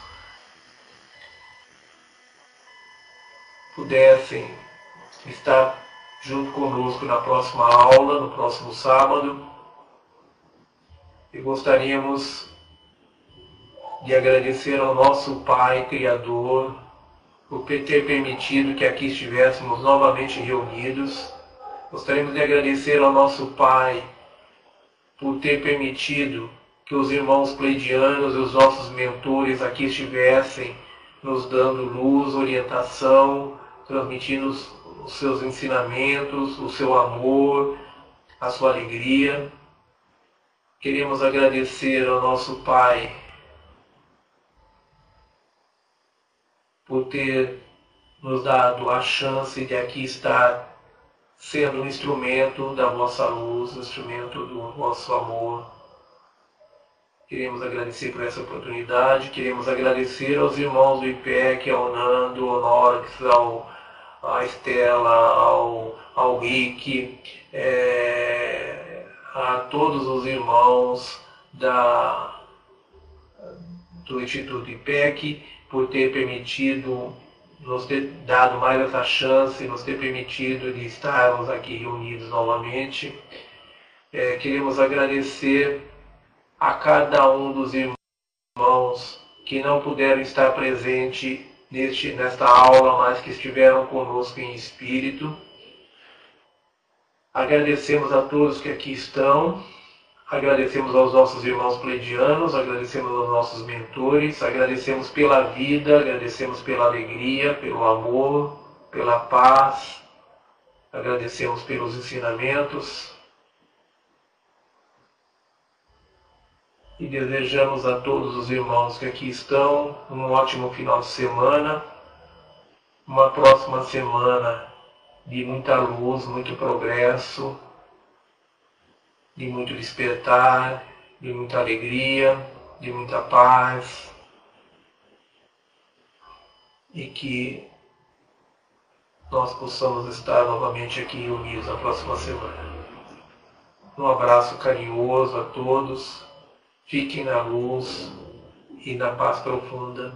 pudessem estar junto conosco na próxima aula, no próximo sábado. E gostaríamos de agradecer ao nosso Pai Criador por ter permitido que aqui estivéssemos novamente reunidos. Gostaríamos de agradecer ao nosso Pai por ter permitido que os irmãos pleidianos e os nossos mentores aqui estivessem nos dando luz, orientação, transmitindo os seus ensinamentos, o seu amor, a sua alegria. Queremos agradecer ao nosso Pai por ter nos dado a chance de aqui estar sendo um instrumento da vossa luz, um instrumento do vosso amor. Queremos agradecer por essa oportunidade, queremos agradecer aos irmãos do IPEC, ao Nando, ao Norix, à Estela, ao Rick, a todos os irmãos do Instituto IPEC por ter permitido, nos ter dado mais essa chance, nos ter permitido de estarmos aqui reunidos novamente. Queremos agradecer a cada um dos irmãos que não puderam estar presente nesta aula, mas que estiveram conosco em espírito. Agradecemos a todos que aqui estão, agradecemos aos nossos irmãos pleidianos, agradecemos aos nossos mentores, agradecemos pela vida, agradecemos pela alegria, pelo amor, pela paz, agradecemos pelos ensinamentos. E desejamos a todos os irmãos que aqui estão um ótimo final de semana, uma próxima semana de muita luz, muito progresso, de muito despertar, de muita alegria, de muita paz, e que nós possamos estar novamente aqui reunidos na próxima semana. Um abraço carinhoso a todos. Fiquem na luz e na paz profunda.